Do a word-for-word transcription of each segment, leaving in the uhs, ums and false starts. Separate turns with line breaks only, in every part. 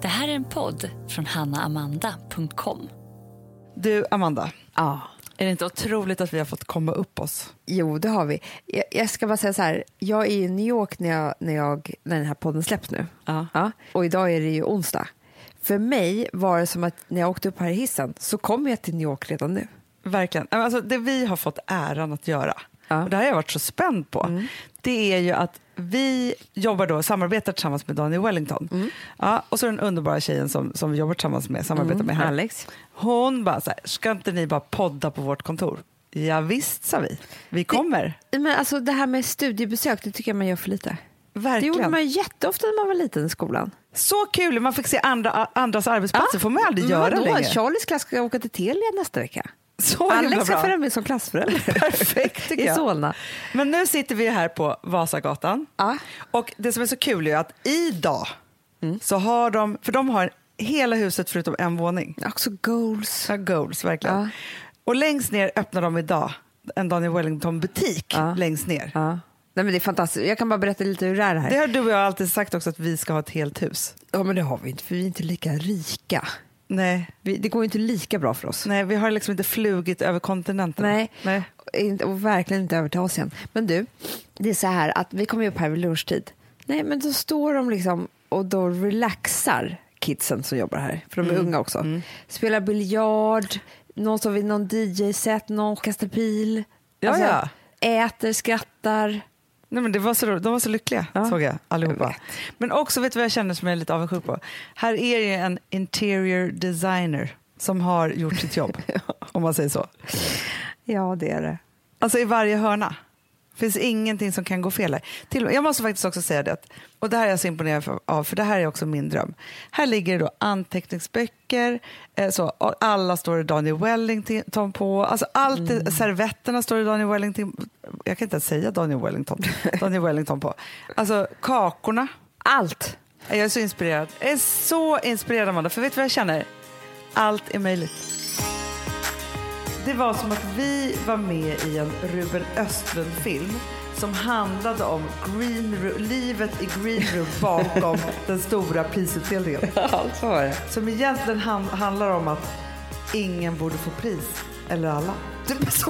Det här är en podd från hanna amanda punkt com.
Du, Amanda.
Ja.
Är det inte otroligt att vi har fått komma upp oss?
Jo, det har vi. Jag, jag ska bara säga så här. Jag är i New York när, jag, när, jag, när den här podden släpps nu.
Ja.
Ja. Och idag är det ju onsdag. För mig var det som att när jag åkte upp här i hissen så kom jag till New York redan nu.
Verkligen. Alltså, det vi har fått äran att göra,
Ja.
och det här har jag varit så spänd på, mm. det är ju att vi jobbar då, samarbetar tillsammans med Daniel Wellington. Mm. Ja, och så den underbara tjejen som, som vi jobbar tillsammans med, samarbetar mm. med här.
Alex.
Hon bara så här, ska inte ni bara podda på vårt kontor? Ja visst, sa vi. Vi kommer.
Det, men alltså det här med studiebesök, det tycker jag man gör för lite.
Verkligen.
Det gjorde man ju jätteofta när man var liten i skolan.
Så kul, man fick se andra, andras arbetsplatser, ja. Får man aldrig göra
då?
längre.
Charlies klass ska åka till Telia nästa vecka.
Så
Alex ska följa med som klassförälder.
Perfekt tycker jag.
I Solna.
Men nu sitter vi här på Vasagatan.
Ja.
Och det som är så kul är att idag mm. så har de, för de har hela huset förutom en våning.
Också goals.
Ja, goals, verkligen. Ja. Och längst ner öppnar de idag en Daniel Wellington-butik
ja.
längst ner.
Ja. Nej, men det är fantastiskt. Jag kan bara berätta lite hur det är det här.
Det har du och jag alltid sagt också, att vi ska ha ett helt hus.
Ja, men det har vi inte, för vi är inte lika rika.
Nej.
Vi, det går inte lika bra för oss.
Nej, vi har liksom inte flugit över kontinenten.
Nej,
Nej.
Och verkligen inte över till Asien. Men du, det är så här att vi kommer upp här vid lunchtid. Nej, men då står de liksom och då relaxar kidsen som jobbar här. För de är mm. unga också. Mm. Spelar biljard, någon som vill någon D J-set, någon kastar pil.
Ja,
alltså,
ja.
Äter, skrattar.
Nej, men det var så, de var så lyckliga, ja. såg jag allihopa. Jag men också, vet du vad jag känner som jag är lite avundsjuk på? Här är det en interior designer som har gjort sitt jobb, om man säger så.
Ja, det är det.
Alltså i varje hörna. Finns ingenting som kan gå fel här. Till, jag måste faktiskt också säga det, och det här är jag så imponerad av, för det här är också min dröm. Här ligger det då anteckningsböcker, eh, så, alla står det Daniel Wellington på, alltså allt, mm. servetterna står det Daniel Wellington, jag kan inte ens säga Daniel Wellington, Daniel Wellington på. Alltså kakorna.
Allt.
Jag är så inspirerad. Jag är så inspirerad, Amanda, för vet du vad jag känner? Allt är möjligt. Det var som att vi var med i en Ruben Östlund-film som handlade om green room, livet i Green Room bakom den stora prisutdelningen.
Allt var det.
Som egentligen ham- handlar om att ingen borde få pris. Eller alla. Det är så.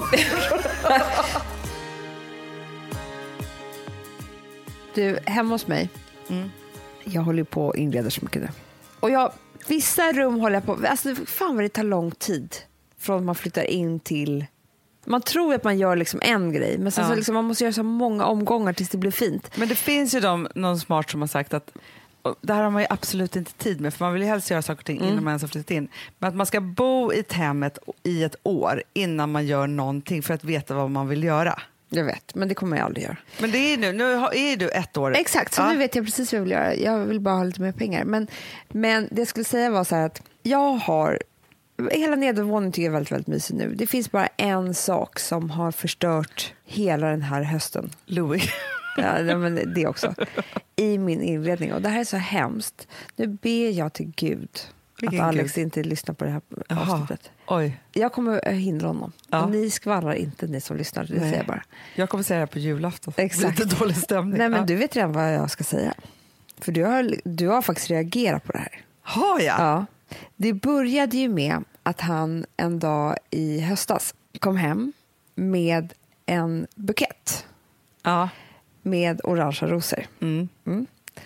Du, hemma hos mig. Mm. Jag håller på att inreda så mycket nu. Och jag, vissa rum håller jag på... Alltså, fan vad det tar lång tid. Från att man flyttar in till... Man tror att man gör liksom en grej, men sen ja. så liksom man måste göra så många omgångar tills det blir fint.
Men det finns ju de, någon smart som har sagt att det här har man ju absolut inte tid med, för man vill ju helst göra saker och ting mm. innan man ens har flyttat in. Men att man ska bo i ett hemmet i ett år innan man gör någonting för att veta vad man vill göra.
Jag vet, men det kommer jag aldrig göra.
Men det är nu, nu är du ett år.
Exakt, så
ja.
nu vet jag precis vad jag vill göra. Jag vill bara ha lite mer pengar. Men, men det jag skulle säga var så här att jag har... Hela nedervåningen tycker jag är väldigt, väldigt mysig nu. Det finns bara en sak som har förstört hela den här hösten.
Louis.
Ja, men det också. I min inredning. Och det här är så hemskt. Nu ber jag till Gud Vilken att Alex Gud? inte lyssnar på det här avsnittet.
Oj.
Jag kommer hindra honom. Ja. Och ni skvallrar inte, ni som lyssnar. Det säger jag bara.
Jag kommer säga det på julafton.
Exakt.
Lite dålig stämning.
Nej, men
ja.
du vet redan vad jag ska säga. För du har, du har faktiskt reagerat på det här.
Har jag?
Ja. Det började ju med att han en dag i höstas kom hem med en bukett.
Ja.
Med orangea rosor. Mm. Mm.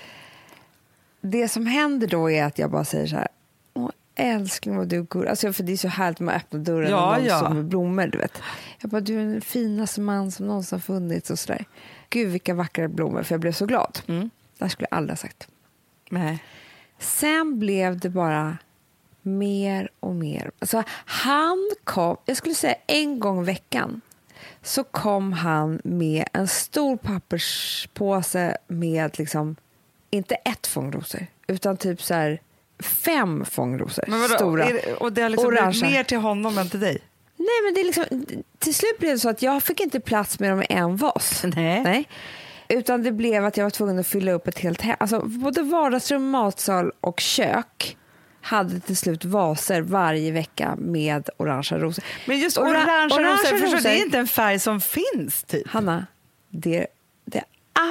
Det som händer då är att jag bara säger så här: åh, älskling vad du går. Alltså, för det är så härligt med att öppna dörren
ja,
och någon
ja.
som med blommor, du vet. Jag bara, du är den finaste man som någonsin har funnits och sådär. Gud vilka vackra blommor, för jag blev så glad. Mm. Det skulle jag aldrig ha sagt.
Nej.
Sen blev det bara mer och mer. Alltså, han kom, jag skulle säga en gång i veckan så kom han med en stor papperspåse med liksom, inte ett fångrosor, utan typ så här fem fångrosor.
Men vadå?
Stora.
Det, och det har liksom blivit mer till honom än till dig?
Nej, men det är liksom, till slut blev det så att jag fick inte plats med dem i en vas.
Nej.
Nej. Utan det blev att jag var tvungen att fylla upp ett helt hem. Alltså både vardagsrum, matsal och kök hade till slut vaser varje vecka med orangea rosor.
Men just
Ora-
orangea, orangea
rosor,
rosor, det är inte en färg som finns typ.
Hanna, det är det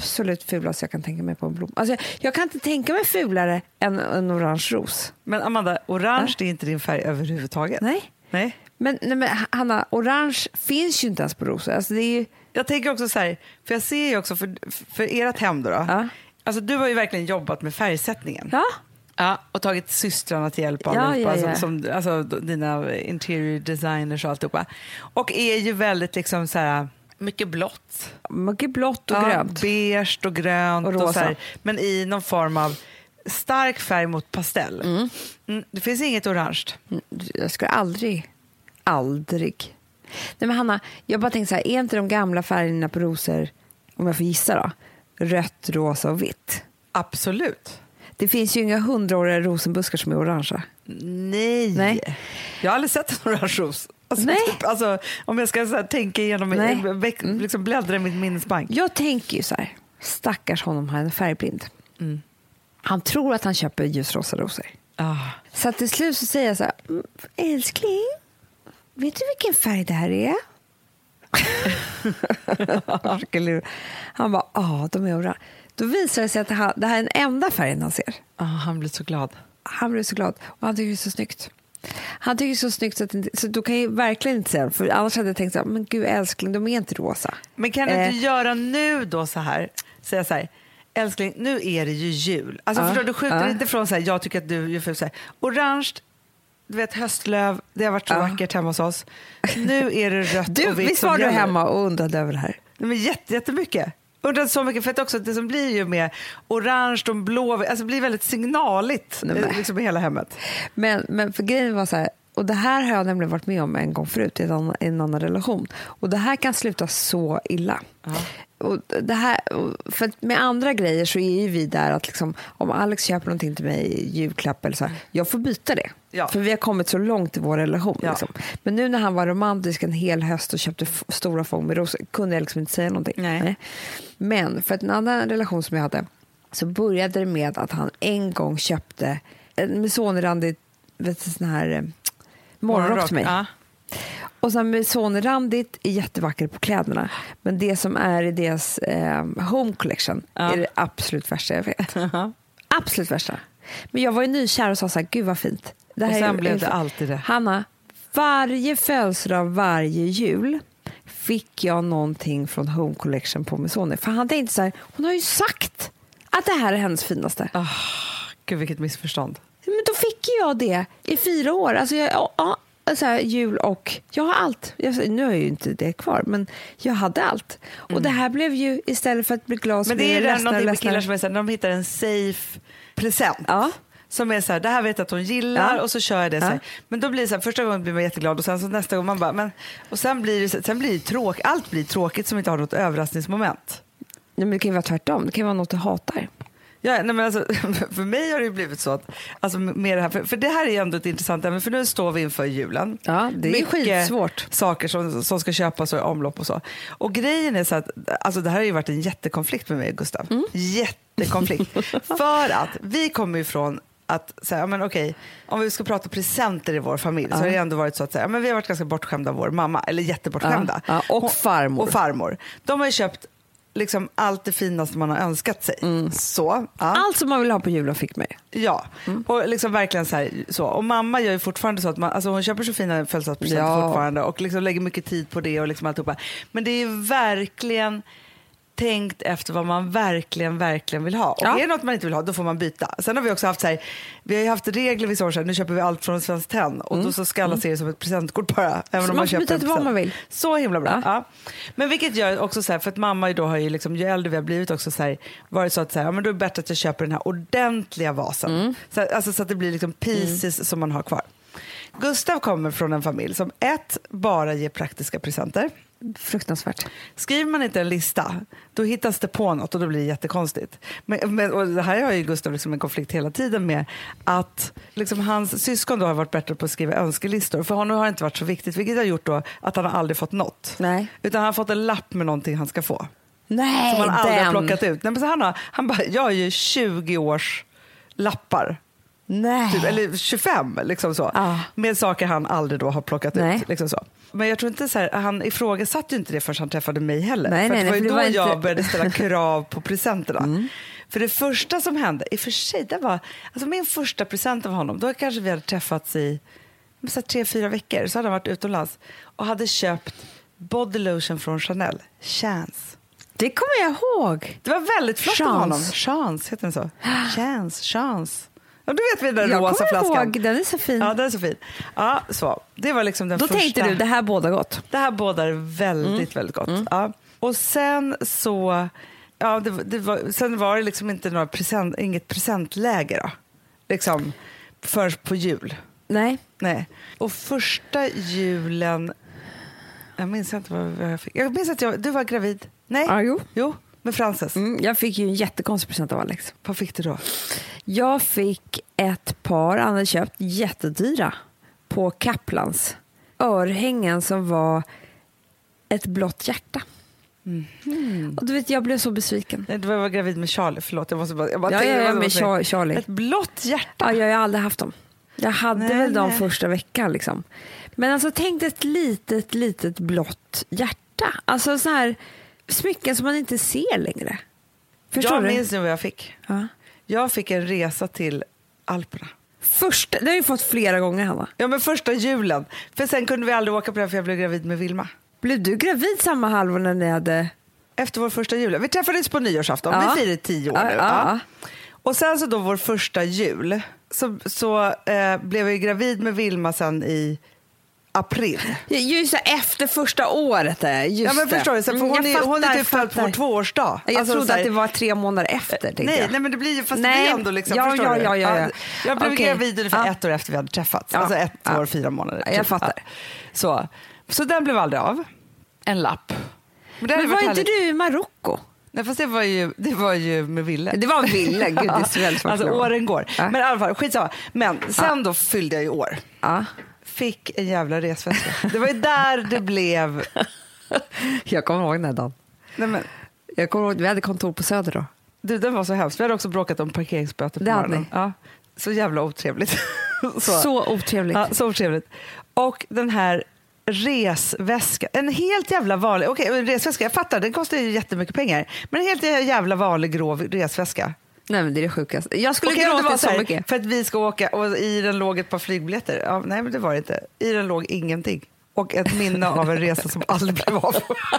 absolut fulaste jag kan tänka mig på en blomma. Alltså, jag, jag kan inte tänka mig fulare än en orange ros.
Men Amanda, orange ja. är inte din färg överhuvudtaget.
Nej.
Nej.
Men, nej, men Hanna, orange finns ju inte ens på rosor. Alltså, det är ju...
Jag tänker också så här, för jag ser ju också för, för ert hem då. då
ja.
Alltså du har ju verkligen jobbat med färgsättningen.
Ja.
Ja, och tagit systrarna till hjälp av
ja, ja, ja.
Alltså, som, alltså dina interior designers och alltihopa. Och är ju väldigt liksom så här, mycket blått.
Mycket blått och
ja,
grönt.
Beige och grönt och, och så här, men i någon form av stark färg mot pastell.
Mm.
Mm, det finns inget orange.
Jag skulle aldrig, aldrig. Nej men Hanna, jag bara tänkte så här, är inte de gamla färgerna på rosor, om jag får gissa då, rött, rosa och vitt?
Absolut.
Det finns ju inga hundraåriga rosenbuskar som är orangea.
Nej.
Nej.
Jag har aldrig sett en orange ros. Alltså,
Nej.
Typ, alltså, om jag ska så här, tänka igenom, mm. liksom bläddra i mitt minnesbank.
Jag tänker ju så här, stackars honom, han är färgblind.
Mm.
Han tror att han köper ljusrosa rosor. Ah. Så att till slut så säger jag så här, älskling, vet du vilken färg det här är? Han bara, ja, de är orange. Då visar det sig att det här, det här är den enda färgen han ser.
Ah, han blir så glad.
Han blir så glad och han tycker det är så snyggt. Han tycker det är så snyggt så, att, så då kan jag verkligen inte säga, för annars hade jag tänkt så här, men gud älskling, de är inte rosa.
Men kan du
eh.
inte göra nu då så här, säga så här, älskling, nu är det ju jul. Alltså
ja,
förstår du, skjuter
ja.
inte från så här, jag tycker att du är för så här, orange, du vet höstlöv, det har varit så ja. vackert hemma hos oss. Nu är det rött
du,
och vitt.
Visst var du hemma och undrade över det här?
Nej, men jätte, jättemycket. Undrade så mycket, för att också det som blir ju med orange och blå, alltså det blir väldigt signaligt. Nej, liksom i hela hemmet.
Men, men för grejen var så här, och det här har jag nämligen varit med om en gång förut i en, en annan relation. Och det här kan sluta så illa. Uh-huh. Och det här, för med andra grejer så är ju vi där att liksom, om Alex köper någonting till mig i julklapp eller så här, jag får byta det. Ja. För vi har kommit så långt i vår relation. Ja. Liksom. Men nu när han var romantisk en hel höst och köpte f- stora fång med rosor kunde jag liksom inte säga någonting.
Nej. Nej.
Men för en annan relation som jag hade så började det med att han en gång köpte en mesonrandig sån här morgonrock till mig. Ja. Och sen mesonrandigt är jättevackert på kläderna. Men det som är i deras eh, home collection ja. är det absolut värsta jag vet. Uh-huh. Absolut värsta. Men jag var ju nykär och sa så här, gud vad fint. Det här
och sen
är,
blev det alltid det.
Hanna, varje födelsedag, varje jul fick jag någonting från home collection på Mesone. För han tänkte så här, hon har ju sagt att det här är hennes finaste.
Oh, gud vilket missförstånd.
Men då fick jag det i fyra år. Alltså jag, ja, ja, så här, jul och jag har allt. Jag, nu har jag ju inte det kvar, men jag hade allt. Mm. Och det här blev ju istället för att bli glad.
Men det är det någonting med killar som är så här, de hittar en safe present.
Ja.
Som är så här, det här vet jag att hon gillar ja. och så kör jag det. Så här. Men då blir det så här, första gången blir man jätteglad och sen så nästa gång man bara, men och sen blir det, sen blir det tråkigt, allt blir tråkigt som inte har något överraskningsmoment.
Nej, men det kan ju vara tvärtom, det kan vara något du hatar.
Ja, nej, men alltså, för mig har det ju blivit så att alltså, med det här, för, för det här är ju ändå ett intressant ämne, för nu står vi inför julen.
Ja, det är
mycket
skitsvårt.
Saker som, som ska köpas och i omlopp och så. Och grejen är så att alltså, det här har ju varit en jättekonflikt med mig och Gustav. Mm. Jättekonflikt. För att vi kommer ifrån att säga, men okej, om vi ska prata presenter i vår familj ja. så har det ändå varit så att säga, men vi har varit ganska bortskämda av vår mamma, eller jättebortskämda.
Ja. Ja, och farmor.
Och farmor. De har ju köpt liksom allt det finaste man har önskat sig. Mm. Så, ja.
Allt som man vill ha på julen fick mig.
Ja, mm. och liksom verkligen så här, så. Och mamma gör ju fortfarande så att man, alltså hon köper så fina födelsedagspresenter ja. fortfarande och liksom lägger mycket tid på det och liksom alltihopa. Men det är ju verkligen tänkt efter vad man verkligen, verkligen vill ha. Och ja. är det något man inte vill ha, då får man byta. Sen har vi också haft så här, vi har ju haft regler vissa år sedan, nu köper vi allt från Svenskt Tenn och mm. då så ska alla se det som ett presentkort bara. Även
så
om man,
man
köper
byta till vad man vill.
Så himla bra.
Ja.
Ja. Men vilket gör också så här, för att mamma då har ju liksom, ju äldre vi har blivit också så här, varit så att så här, ja, men då är det bättre att jag köper den här ordentliga vasen. Mm. Så, alltså, så att det blir liksom pieces mm. som man har kvar. Gustav kommer från en familj som ett, bara ger praktiska presenter.
Fruktansvärt.
Skriver man inte en lista, då hittas det på något och då blir det jättekonstigt. Men, men, och det här har ju Gustav liksom en konflikt hela tiden med att liksom hans syskon då har varit bättre på att skriva önskelistor. För honom har det inte varit så viktigt, vilket har gjort då att han har aldrig fått något.
Nej.
Utan han har fått en lapp med någonting han ska få.
Nej,
som han aldrig
den.
har plockat ut. Nej, men så han, har, han bara, jag har ju tjugo års lappar
Nej.
Typ, eller tjugofem, liksom så.
Ah.
Med saker han aldrig då har plockat
Nej.
ut. Liksom så. Men jag tror inte så här, han ifrågasatte ju inte det förrän han träffade mig heller.
Nej,
för
nej,
det var
nej,
ju
för
då
det var
jag
inte...
började ställa krav på presenterna.
Mm.
För det första som hände, i och för sig, det var, alltså min första present av honom, då kanske vi hade träffats i så här, tre, fyra veckor, så hade han varit utomlands och hade köpt body lotion från Chanel, Chance.
Det kommer jag ihåg.
Det var väldigt flott av
Chance.
honom. Chance, heter den så? Chance, Chance. Ja, du vet vi den där
Jag
rosa
kommer
flaskan.
ihåg, den är så fin.
Ja, den är så fin. Ja, så. Det var liksom den
Då
första.
tänkte du, det här båda gott.
Det här bådar väldigt, mm. väldigt gott. Mm. Ja. Och sen så, ja, det, det var, sen var det liksom inte några present, inget presentläge då. Liksom, först på jul.
Nej.
Nej. Och första julen, jag minns inte vad jag fick. Jag minns att jag, du var gravid. Nej.
Ah, jo.
Jo, med Frances.
Mm, jag fick ju en jättekonstig present av Alex.
Vad fick du då?
Jag fick ett par, han hade köpt jättedyra på Kaplans örhängen som var ett blått hjärta. Mm. Och du vet, jag blev så besviken.
Nej, du var gravid med Charlie, förlåt. Jag måste bara, jag bara
ja,
tänkte,
ja, ja,
med
Char- Charlie.
Ett blått hjärta?
Ja, jag har aldrig haft dem. Jag hade
nej,
väl dem
nej.
första veckan liksom. Men alltså tänk ett litet, litet blått hjärta. Alltså så här smycken som man inte ser längre. Förstår
jag
du?
minns nu vad jag fick.
Ja.
Jag fick en resa till Alperna.
Första, det har ju fått flera gånger, Hanna.
Ja, men första julen. För sen kunde vi aldrig åka på det för jag blev gravid med Vilma.
Blev du gravid samma halvår när ni hade...
Efter vår första jul. Vi träffades på nyårsafton.
Ja.
Vi firade tio år
Ja,
nu.
ja,
Ja.
ja.
Och sen så då vår första jul så, så eh, blev jag gravid med Vilma sen i april.
Just det, efter första året. Just
ja, men förstår du? Så, för hon,
Mm,
är,
fattar,
hon är typ född på
fattar.
vår tvåårsdag.
Jag
Alltså,
trodde
så här,
att det var tre månader efter.
Nej,
jag.
nej, men det blir ju, fast
nej.
det blir ändå liksom,
ja,
förstår
ja,
du?
ja, ja, ja.
Jag blev
okay.
gravid ungefär
ja.
ett år efter vi hade träffats.
Ja.
Alltså ett
ja.
år, fyra månader.
Jag fattar.
Ja. Så. så den blev aldrig av. En lapp. Men,
men var inte du i Marocko?
Nej, fast det var ju, det var ju med Ville.
Det var Ville, gud det är så väldigt
alltså åren går.
Ja.
Men i alla fall, skitsamma. Men sen
ja.
då fyllde jag ju år.
Ja.
Fick en jävla resväska. Det var ju där det blev...
Jag kommer ihåg den här dagen.
Nej, men,
jag kommer ihåg, vi hade kontor på Söder då.
du, den var så hemskt. Vi hade också bråkat om parkeringsböter på
det hade
morgonen. Ja. Så jävla otrevligt.
så. så otrevligt.
Ja, så otrevligt. Och den här resväska, en helt jävla vanlig, okej, okay, resväska, jag fattar, den kostar ju jättemycket pengar, men en helt jävla vanlig grov resväska.
Nej, men det är det sjukaste. Jag skulle
okay,
gråta
det var
så,
så här,
mycket.
för att vi ska åka och i den låg ett par flygbiljetter. Ja, nej, men det var det inte. I den låg ingenting. Och ett minne av en resa som aldrig blev av.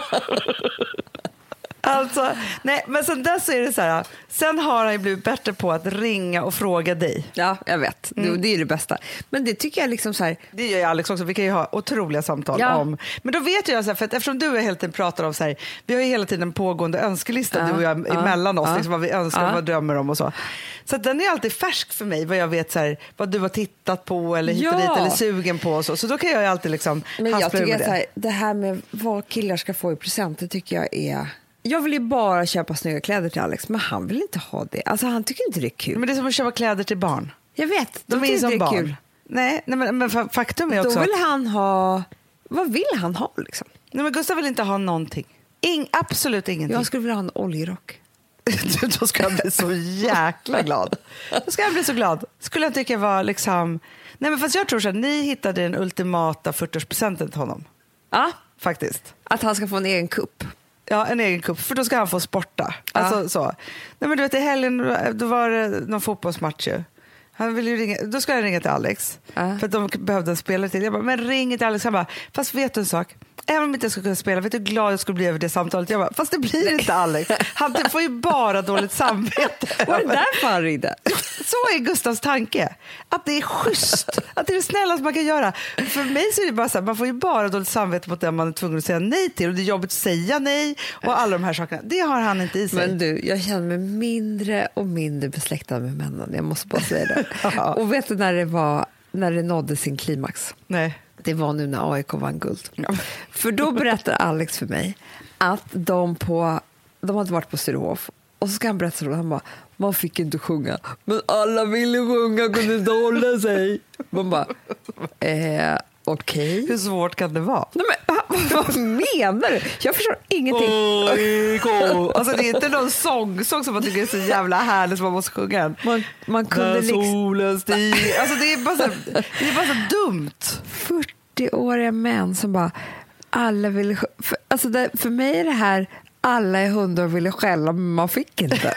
Alltså, nej, men sen dess är det så här, sen har han ju blivit bättre på att ringa och fråga dig.
Ja, jag vet. Mm. Det är det bästa. Men det tycker jag liksom så här...
Det gör ju Alex också. Vi kan ju ha otroliga samtal
ja.
om... Men då vet jag så här, för att eftersom du hela tiden pratar om så här, vi har ju hela tiden en pågående önskelista,
ja.
du och jag
ja.
emellan oss,
ja.
liksom, vad vi önskar
ja.
och vad drömmer om och så. Så att den är alltid färsk för mig, vad jag vet så här, vad du har tittat på eller hit och
ja.
dit eller sugen på och så. Så då kan jag ju alltid liksom...
Men jag tycker
med
att
det.
så här, det här med vad killar ska få i present, det tycker jag är... Jag vill ju bara köpa snygga kläder till Alex, men han vill inte ha det. Alltså han tycker inte det är kul.
Men det är som att köpa kläder till barn.
Jag vet,
de, de är ju som
det är
barn.
Kul.
Nej, nej men, men faktum är också...
Då vill han ha... Vad vill han ha liksom?
Nej, men Gustav vill inte ha någonting. Ing, absolut ingenting.
Jag skulle vilja ha en oljerock.
Då ska jag bli så jäkla glad. Då ska jag bli så glad. Skulle jag tycka var liksom... Nej, men fast jag tror så att ni hittade den ultimata fyrtioårspresenten till honom.
Ja.
Faktiskt.
Att han ska få en egen kupp.
Ja, en egen kupp. För då ska han få sporta.
Ja.
Alltså så. Nej, men du vet, i helgen då var det någon fotbollsmatch ju. Han ville ju ringa, då ska jag ringa till Alex.
Ja.
För att de behövde en spelare till. Jag bara, men ring till Alex. Han bara, fast vet du en sak? Även om jag inte skulle kunna spela, vet du hur glad jag skulle bli över det samtalet? Jag bara, fast det blir inte Alex. Han får ju bara dåligt samvete.
Var det därför han ringde?
Så är Gustavs tanke. Att det är schysst. Att det är det snällaste man kan göra. För mig så är det bara så här, man får ju bara dåligt samvete mot den man är tvungen att säga nej till. Och det är jobbigt att säga nej och alla de här sakerna. Det har han inte i sig.
Men du, jag känner mig mindre och mindre besläktad med männen. Jag måste bara säga det. Ja. Och vet du när det var, när det nådde sin klimax?
Nej.
Det var nu när A I K vann guld. Ja. För då berättar Alex för mig att de på de hade varit på Sturehof och så ska han berätta så han bara, man fick inte sjunga men alla ville sjunga, kunde inte hålla sig. Man bara, eh, Okej. Okay.
Hur svårt kan det vara?
Nej, men, vad menar du? Jag förstår ingenting.
Oh, alltså det är inte någon sångsång som man tycker är så jävla härlig som man måste sjunga.
Man, man kunde liksom...
solen stiger. Alltså det är bara så, det är bara så dumt.
fyrtioåriga män som bara alla ville... För, alltså det, för mig är det här alla är hundar och ville skälla, men man fick inte.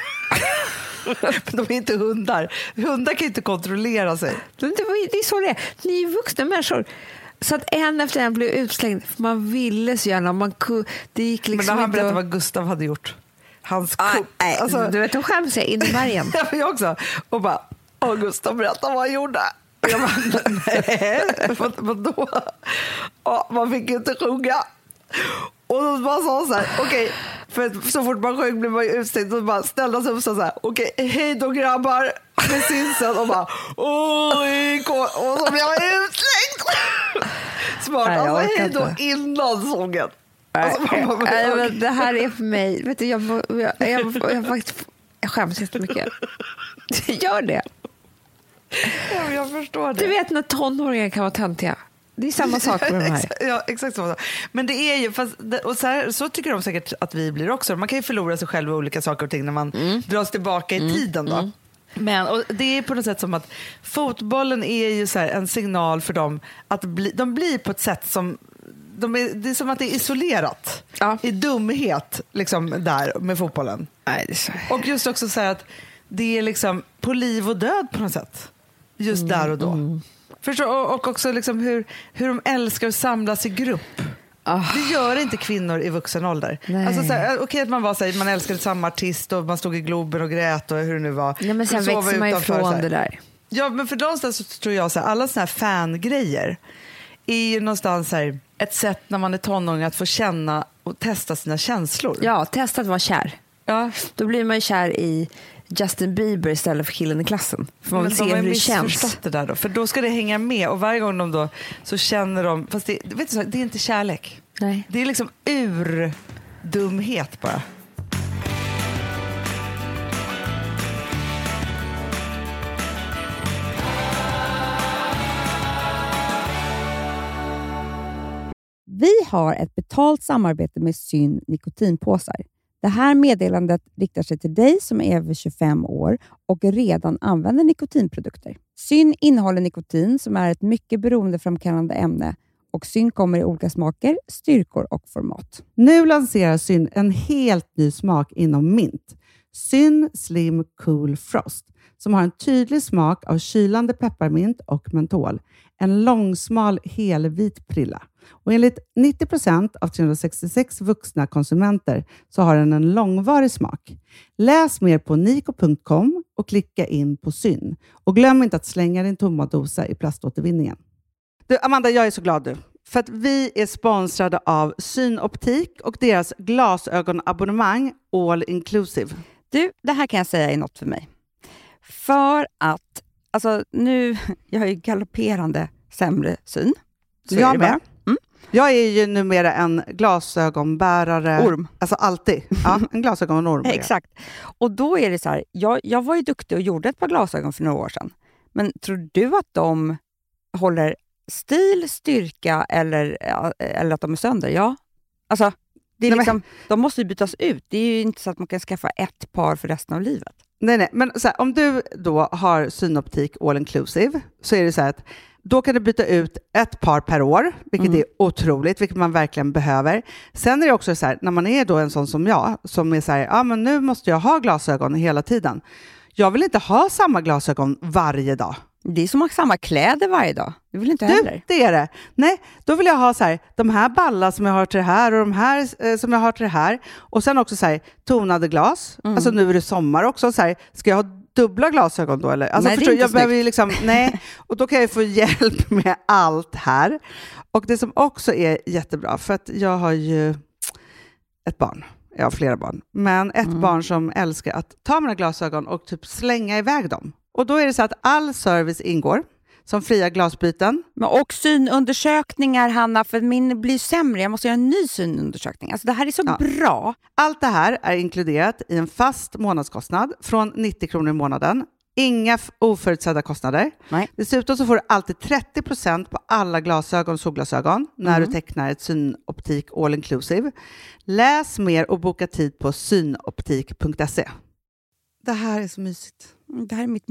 De är inte hundar. Hundar kan inte kontrollera sig.
Det är så det är. Ni är vuxna människor. Så att en efter en blev utslängd. För man ville så gärna. Man kunde, det gick liksom.
Men när han berättade
och...
vad Gustav hade gjort. Hans
ah,
kupp.
Nej,
alltså...
Du vet, hon skäms jag in i bergen.
Jag också. Och bara, åh Gustav berätta vad han gjorde. Jag bara, nej, vad, vadå? Ja, man fick inte sjunga. Och då bara sa så här, okej, okay, för så fort man sjöng blev man ju utstängd och bara ställde sig upp så här, okej, okay, hej då grabbar, med synsen och bara, oj, och så blev jag utslängd. Smart, nej, alltså hej då innan sången.
Alltså, man bara, nej, men det här är för mig, vet du, jag, jag, jag, jag, jag faktiskt, jag skäms jättemycket. Gör det.
Ja, jag förstår det.
Du vet när tonåringar kan vara töntiga. Det är samma sak med de här.
Ja, exakt så. Men det är ju, fast, och så, här, så tycker de säkert att vi blir också. Man kan ju förlora sig själv i olika saker och ting när man mm. dras tillbaka i mm. tiden då. Mm. Men och det är på något sätt som att fotbollen är ju så här en signal för dem att bli, de blir på ett sätt som de är, det är som att det är isolerat ja. i dumhet liksom där med fotbollen.
Nej, det är så...
Och just också så här att det är liksom på liv och död på något sätt. Just mm. där och då. Mm. Förstår, och också liksom hur, hur de älskar att samlas i grupp. Oh. Det gör inte kvinnor i vuxen ålder. Alltså, okej okay, att man var så här, man älskade samma artist och man stod i Globen och grät och hur det nu var.
Ja, men sen växer man ifrån det där.
Ja, men för någonstans så tror jag så här, alla såna här fangrejer är ju någonstans här, ett sätt när man är tonåring att få känna och testa sina känslor.
Ja, testa att vara kär.
Ja.
Då blir man ju kär i Justin Bieber istället för killen i klassen. För man vill se hur det känns.
Det där då. För då ska det hänga med. Och varje gång de då så känner de... Fast det, vet du så, det är inte kärlek.
Nej.
Det är liksom ur dumhet bara.
Vi har ett betalt samarbete med Syn nikotinpåsar. Det här meddelandet riktar sig till dig som är över tjugofem år och redan använder nikotinprodukter. Syn innehåller nikotin som är ett mycket beroendeframkallande ämne och Syn kommer i olika smaker, styrkor och format.
Nu lanserar Syn en helt ny smak inom mint. Syn Slim Cool Frost som har en tydlig smak av kylande pepparmint och mentol. En långsmal helvit prilla. Och enligt nittio procent av trehundrasextiosex vuxna konsumenter så har den en långvarig smak. Läs mer på niko punkt com och klicka in på Syn. Och glöm inte att slänga din tomma dosa i plaståtervinningen. Du, Amanda, jag är så glad du. För att vi är sponsrade av Synoptik och deras glasögonabonnemang All Inclusive.
Du, det här kan jag säga är något för mig. För att, alltså nu, jag har ju galopperande sämre syn.
Så jag är med. Mm. Jag är ju numera en glasögonbärare.
Orm.
Alltså alltid. Ja, en glasögonorm.
Exakt. Och då är det så här, jag, jag var ju duktig och gjorde ett par glasögon för några år sedan. Men tror du att de håller stil, styrka eller, eller att de är sönder? Ja. Alltså, det är nej, liksom, men... de måste ju bytas ut. Det är ju inte så att man kan skaffa ett par för resten av livet.
Nej, nej. Men så här, om du då har Synoptik All Inclusive så är det så här att då kan du byta ut ett par per år, vilket mm. är otroligt, vilket man verkligen behöver. Sen är det också så här, när man är då en sån som jag, som är så här, ja men nu måste jag ha glasögon hela tiden. Jag vill inte ha samma glasögon varje dag.
Det är som att ha samma kläder varje dag. Det vill inte du, heller.
Det är det. Nej, då vill jag ha så här, de här ballar som jag har till det här och de här eh, som jag har till det här. Och sen också så här, tonade glas. Mm. Alltså nu är det sommar också. Så här, ska jag ha dubbla glasögon då? Eller? Alltså,
nej,
förstår, jag behöver ju liksom, nej. Och då kan jag få hjälp med allt här. Och det som också är jättebra, för att jag har ju ett barn. Jag har flera barn. Men ett mm. barn som älskar att ta mina glasögon och typ slänga iväg dem. Och då är det så att all service ingår. Som fria glasbyten.
Men och synundersökningar, Hanna, för min blir sämre. Jag måste göra en ny synundersökning. Alltså det här är så ja. bra.
Allt det här är inkluderat i en fast månadskostnad från nittio kronor i månaden. Inga f- oförutsedda kostnader.
Nej.
Dessutom så får du alltid trettio procent på alla glasögon och solglasögon när
Mm.
du tecknar ett synoptik all inclusive. Läs mer och boka tid på synoptik punkt se. Det här är så mysigt.
Det här är mitt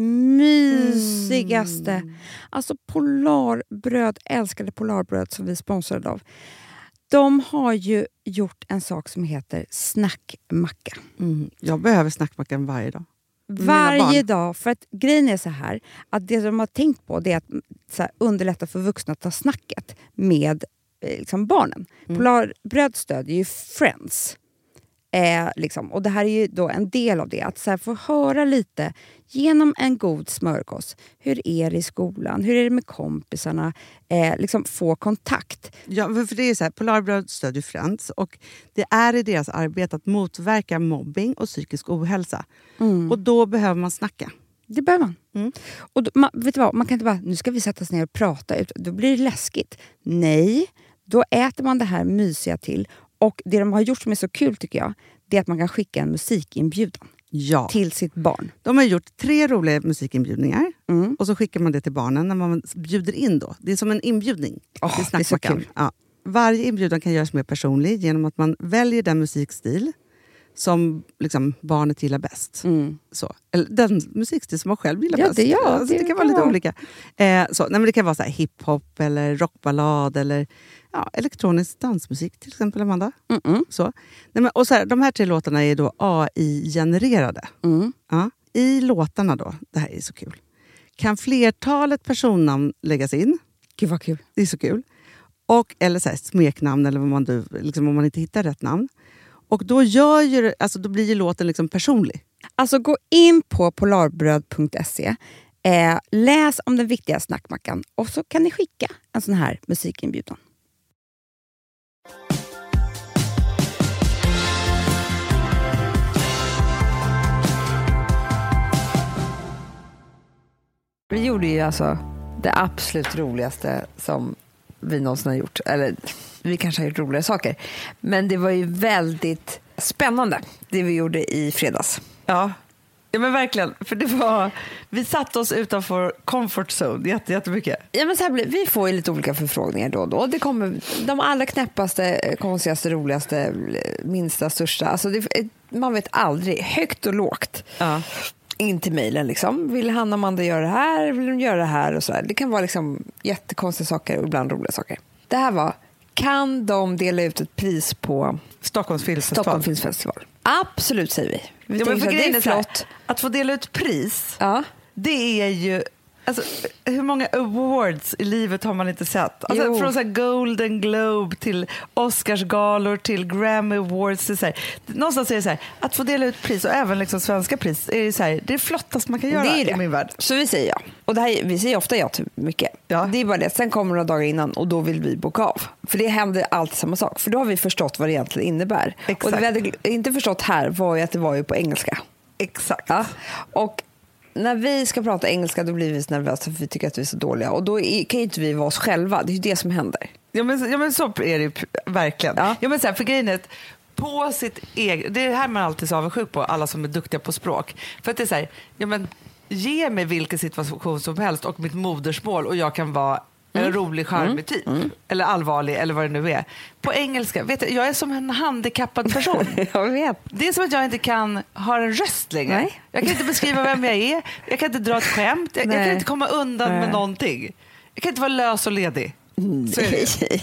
mysigaste.
Mm.
Alltså Polarbröd, älskade Polarbröd som vi sponsrade av. De har ju gjort en sak som heter snackmacka.
Mm. Jag behöver snackmackan varje dag. Mina
Varje
barn.
dag. För att grejen är så här, att det de har tänkt på det är att så här, underlätta för vuxna att ta snacket med eh, liksom barnen.
Mm.
Polarbröd stödjer ju Friends. Eh, liksom. Och det här är ju då en del av det. Att så här, få höra lite genom en god smörgås. Hur är det i skolan? Hur är det med kompisarna? Eh, liksom få kontakt.
Ja, för det är så här, Polarbröd stödjer Friends och det är i deras arbete att motverka mobbing och psykisk ohälsa.
Mm.
Och då behöver man snacka.
Det behöver man.
Mm.
Och då, man, vet du vad, man kan inte bara, nu ska vi sätta oss ner och prata ut. Då blir det läskigt. Nej, då äter man det här mysiga till. Och det de har gjort som är så kul tycker jag, det är att man kan skicka en musikinbjudan
Ja.
till sitt barn.
De har gjort tre roliga musikinbjudningar
Mm.
och så skickar man det till barnen när man bjuder in då. Det är som en inbjudning
Åh,
till
det är så
snackmackan.
kul.
Ja. Varje inbjudan kan göras mer personlig genom att man väljer den musikstil som liksom barnet gillar bäst.
Mm.
Så. Eller den musikstil som man själv gillar
Ja,
bäst.
det- ja,
alltså, det,
det
kan vara lite
kan vara.
olika. Eh, så. Nej, men det kan vara så här hiphop eller rockballad eller ja, elektronisk dansmusik till exempel, Amanda.
Mm-mm.
Så. Nej, men, och så här, de här tre låtarna är då A I-genererade.
Mm.
Ja. I låtarna då, det här är så kul, kan flertalet personnamn läggas in.
Gud vad kul.
Det är så kul. Och, eller så här, smeknamn eller vad man, du, liksom, om man inte hittar rätt namn. Och då, gör ju, alltså, då blir ju låten liksom personlig.
Alltså gå in på polarbröd punkt se, eh, läs om den viktiga snackmackan och så kan ni skicka en sån här musikinbjudan.
Vi gjorde ju alltså det absolut roligaste som vi någonsin har gjort. Eller vi kanske har gjort roligare saker. Men det var ju väldigt spännande det vi gjorde i fredags.
Ja. Ja men verkligen, för det var, vi satte oss utanför comfort zone jätte, jättemycket.
Ja, men så här blir, vi får ju lite olika förfrågningar då och då. Det kommer de allra knäppaste, konstigaste, roligaste, minsta, största. Alltså det, man vet aldrig, högt och lågt.
Ja.
In till mejlen liksom. Vill Hanna och Amanda göra det här? Vill de göra det här? Och så här. Det kan vara liksom jättekonstiga saker och ibland roliga saker. Det här var, kan de dela ut ett pris på
Stockholms filmfestival.
Stockholm Filmfestival? Absolut, säger vi. vi
Ja, men för
så här,
grejen
det
är
är
så här,
flott.
att få dela ut pris,
Ja.
det är ju... Alltså, hur många awards i livet har man inte sett? Alltså,
Jo.
från så här Golden Globe till Oscarsgalor till Grammy Awards. Det är så här, någonstans är det så här, att få dela ut pris och även liksom svenska pris är det, så här, det är det flottaste man kan göra
Det är
i
det.
min värld.
Så vi säger ja. Och det här, vi säger ofta ja till mycket.
Ja.
Det är bara det. Sen kommer några dagar innan och då vill vi boka av. För det händer alltid samma sak. För då har vi förstått vad det egentligen innebär.
Exakt.
Och det vi hade inte förstått här var ju att det var ju på engelska.
Exakt.
Ja. Och när vi ska prata engelska då blir vi så nervösa för vi tycker att vi är så dåliga. Och då är, kan ju inte vi vara oss själva. Det är ju det som händer.
Ja men, ja men så är det ju p- verkligen.
Ja.
Ja. Men så här, för grejen är att på sitt eget, det är det här man alltid är så avundsjuk på, alla som är duktiga på språk. För att det är så här, ja men ge mig vilken situation som helst och mitt modersmål och jag kan vara en rolig, charmig typ. Eller allvarlig, eller vad det nu är. På engelska, vet du, jag är som en handikappad person.
Jag vet.
Det är som att jag inte kan ha en röst längre.
Nej.
Jag kan inte beskriva vem jag är, jag kan inte dra ett skämt, jag, jag
Nej.
kan inte komma undan
Nej.
med någonting. Jag kan inte vara lös och ledig. Så är det ju.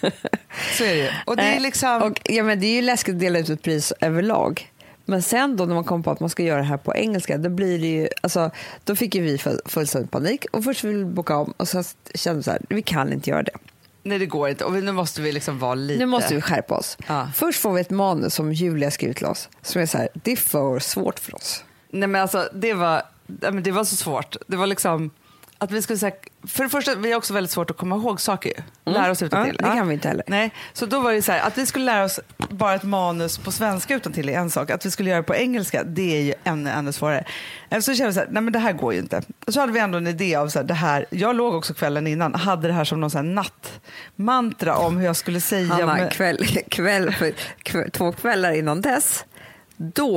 Så är det ju. Och det är liksom...
Och, ja, men det är ju läskigt att dela ut ett pris överlag. Men sen då när man kom på att man ska göra det här på engelska, då blir det ju, alltså, då fick ju vi full- fullständig panik. Och först ville vi boka om och så kände vi så här, vi kan inte göra det.
Nej, det går inte. Och nu måste vi liksom vara lite...
Nu måste vi skärpa oss.
Ja.
Först får vi ett manus som Julia skrivit till oss. Som är så här, det är för svårt för oss.
Nej, men alltså, det var, ja, men det var så svårt. Det var liksom... Att vi skulle säga, för det första, vi har också väldigt svårt att komma ihåg saker. Mm. Lära oss utan
Ja,
till.
det kan vi inte heller.
Nej, så då var det så här, att vi skulle lära oss bara ett manus på svenska utan till är en sak. Att vi skulle göra det på engelska, det är ju ännu, ännu svårare. Så kände vi så här, nej men det här går ju inte. Och så hade vi ändå en idé av så här, det här, jag låg också kvällen innan, hade det här som någon så här nattmantra om hur jag skulle säga.
Hanna,
men...
kväll, kväll, för, kväll, två kvällar innan dess, då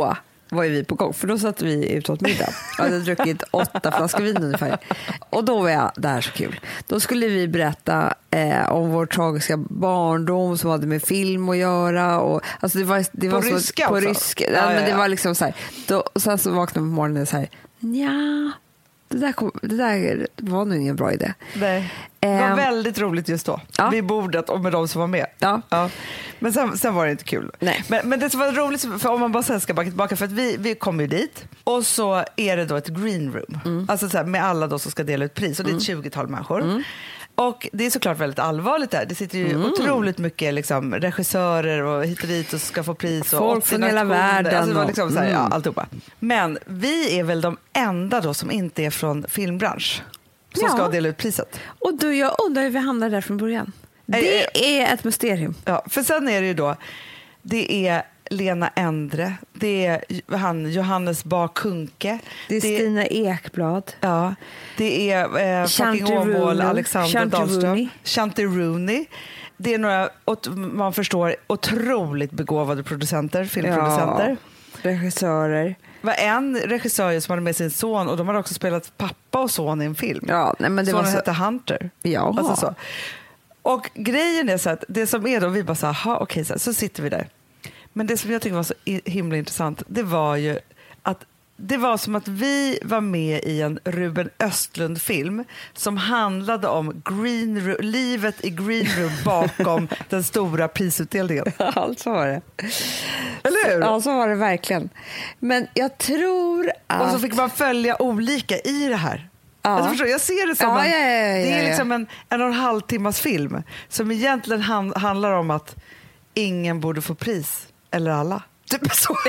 var ju vi på gång, för då satt vi ute åt middag. Jag hade druckit åtta flaskor vin ungefär. Och då var jag, det här så kul. Då skulle vi berätta eh, om vår tragiska barndom som hade med film att göra. Och, alltså det var, det var
på
så,
ryska
på
också?
ryska.
Ja,
Ja,
ja,
men det
ja.
var liksom så här. Då, och sen så vaknade jag på morgonen och så här, ja, det där, kom, det där var nog ingen bra idé.
Nej. Det var
Ehm,
väldigt roligt just då,
ja.
vid bordet och med de som var med.
Ja.
Ja. Men sen, sen var det inte kul.
Nej.
Men, men det som var roligt, för om man bara sen ska backa tillbaka, för att vi, vi kom ju dit och så är det då ett green room,
Mm.
alltså så här, med alla då som ska dela ut pris, och det är ett tjugotal människor.
Mm.
Och det är såklart väldigt allvarligt där. Det sitter ju otroligt mycket liksom, regissörer och hit och dit och ska få pris. Och
Folk
åttio
från hela
nationer.
världen
Alltså, det var
och-
liksom så här, ja,
mm.
alltihopa. Men vi är väl de enda då som inte är från filmbransch som
Ja.
ska dela ut priset.
Och då jag undrar hur vi hamnade där från början. Det är ett mysterium.
Ja, för sen är det ju då, det är Lena Endre, det är han Johannes Bah Kuhnke,
Det är
det,
Stina Ekblad.
ja, det är eh,
Shanti
fucking Åmål,
Rooney.
Alexander
Shanti
Dahlström,
Rooney.
Shanti Rooney. Det är några, ot- man förstår, otroligt begåvade producenter, filmproducenter.
Ja, regissörer.
Det var en regissör som hade med sin son och de hade också spelat pappa och son i en film.
Ja, nej, men det
Sonen
var så...
hette Hunter.
Ja.
Alltså så. Och grejen är så att det som är då, vi bara så här, okej, okay, så, så sitter vi där. Men det som jag tycker var så i- himla intressant, det var ju att det var som att vi var med i en Ruben Östlund-film som handlade om green room, livet i green room bakom den stora prisutdelningen.
Ja, så var det.
Eller hur?
Ja, så var det verkligen. Men jag tror att...
Och så fick man följa olika i det här.
Ja.
Alltså förstår, jag ser det som
Ja,
en,
ja, ja, ja,
det är
ja.
liksom en en och en halv timmas film som egentligen han, handlar om att ingen borde få pris, eller alla. Typ så.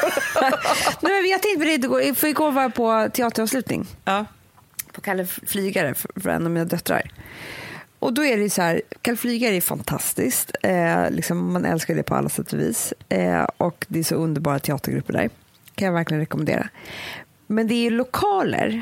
Nej, men jag tänkte på det igår, för igår var jag på teateravslutning
Ja.
på Kalle Flygare för, för en av mina döttrar. Och då är det så här, Kalle Flygare är fantastiskt. Eh, liksom, man älskar det på alla sätt och vis. Eh, och det är så underbara teatergrupper där. Kan jag verkligen rekommendera. Men det är ju lokaler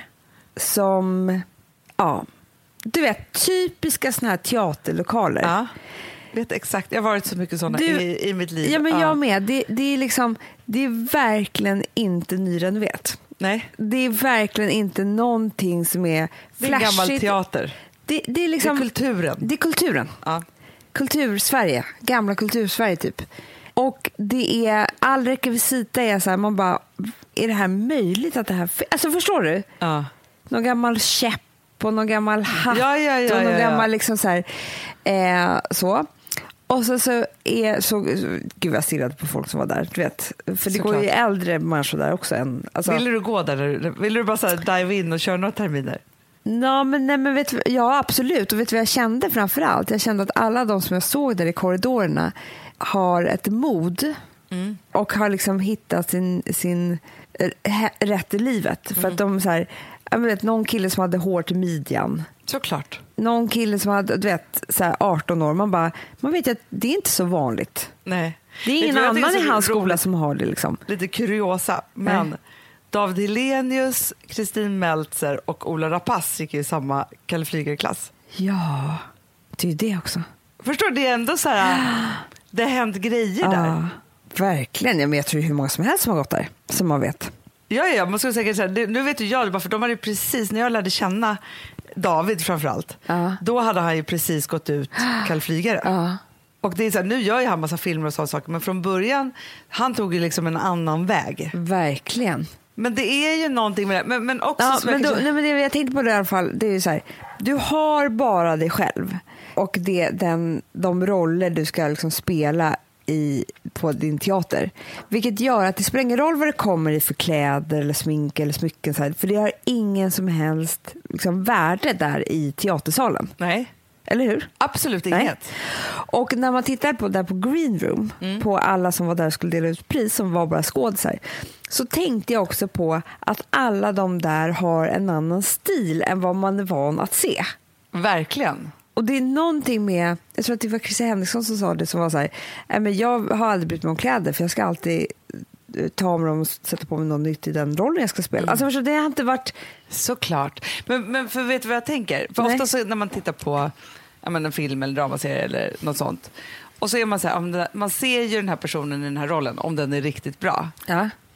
som, ja, du vet, typiska såna här teaterlokaler.
Ja. Vet exakt, jag har varit så mycket sådana
Du-
i, i mitt liv.
Ja, men jag
Ja.
med. Det, det är liksom, det är verkligen inte nyrenoverat.
Nej,
Det är verkligen inte någonting som är
det är en gammal
flashigt.
teater.
Det, det är liksom,
Det är kulturen.
Det är kulturen.
Ja.
Kultur-Sverige. Gamla kultur-Sverige typ. Och det är, all rekvisita är så här, man bara, är det här möjligt att det här, alltså förstår du?
Ja.
Någon gammal käpp och någon gammal hatt
Ja, ja, ja,
och någon
ja, ja.
gammal liksom så här, eh, så. Och så, så är så, gud vad jag stirrade på folk som var där, du vet. För det går ju
Såklart.
äldre människor där också än, alltså.
Ville du gå där? Ville du bara så här dive in och köra några terminer?
Ja, men, nej, men vet, du- ja, absolut. Och vet du vad jag kände framför allt? Jag kände att alla de som jag såg där i korridorerna har ett mod och har liksom hittat sin, sin eh, rätt i livet. För att de så här, jag vet, någon kille som hade hår till midjan.
Såklart.
Någon kille som hade, du vet, så här arton år. Man bara, man vet ju att det är inte så vanligt.
Nej.
Det är
Vet
ingen
du vad jag
annan
tycker
i
är så
hans skola
roligt?
som har det liksom.
Lite kuriosa, men
Nej.
David Hellenius, Kristin Meltzer och Ola Rapace gick ju i samma Kalle Flygare-klass.
Ja, det är ju det också.
Förstår du, det är ändå så här, det har hänt grejer där.
Ja, verkligen. Ja, men jag tror det är hur många som helst som har gått där, som man vet.
Ja, ja, man skulle säkert säga, det, nu vet ju jag det bara för de hade ju precis, när jag lärde känna David framförallt,
Ja.
då hade han ju precis gått ut Kalle Flygare.
Ja.
Och det är så här, nu gör ju han massa filmer och sådana saker, men från början, han tog ju liksom en annan väg.
Verkligen.
Men det är ju någonting med det, men, men också
Ja,
som jag
men då,
kanske-
nej, men det jag tänkte på det i alla fall, det är ju så här, du har bara dig själv och det, den, de roller du ska liksom spela i, på din teater. Vilket gör att det spelar ingen roll vad det kommer i för kläder eller smink eller smycken, så här, för det har ingen som helst liksom, värde där i teatersalen.
Nej,
Eller hur?
absolut
Nej.
inget.
Och när man tittar på där på Green Room, på alla som var där och skulle dela ut pris som var bara skådisar, så tänkte jag också på att alla de där har en annan stil än vad man är van att se.
Verkligen.
Och det är någonting med, jag tror att det var Christer Henriksson som sa det, som var så här, "Nej, men jag har aldrig brytt mig om kläder för jag ska alltid eh, ta om dem och sätta på mig något nytt i den rollen jag ska spela." Alltså förstår du, det har inte varit...
Såklart. Men, men för vet du vad jag tänker? För
Nej.
ofta så när man tittar på jag menar, en film eller dramaserie eller något sånt, och så är man så här, om det, man ser ju den här personen i den här rollen, om den är riktigt bra.
Ja.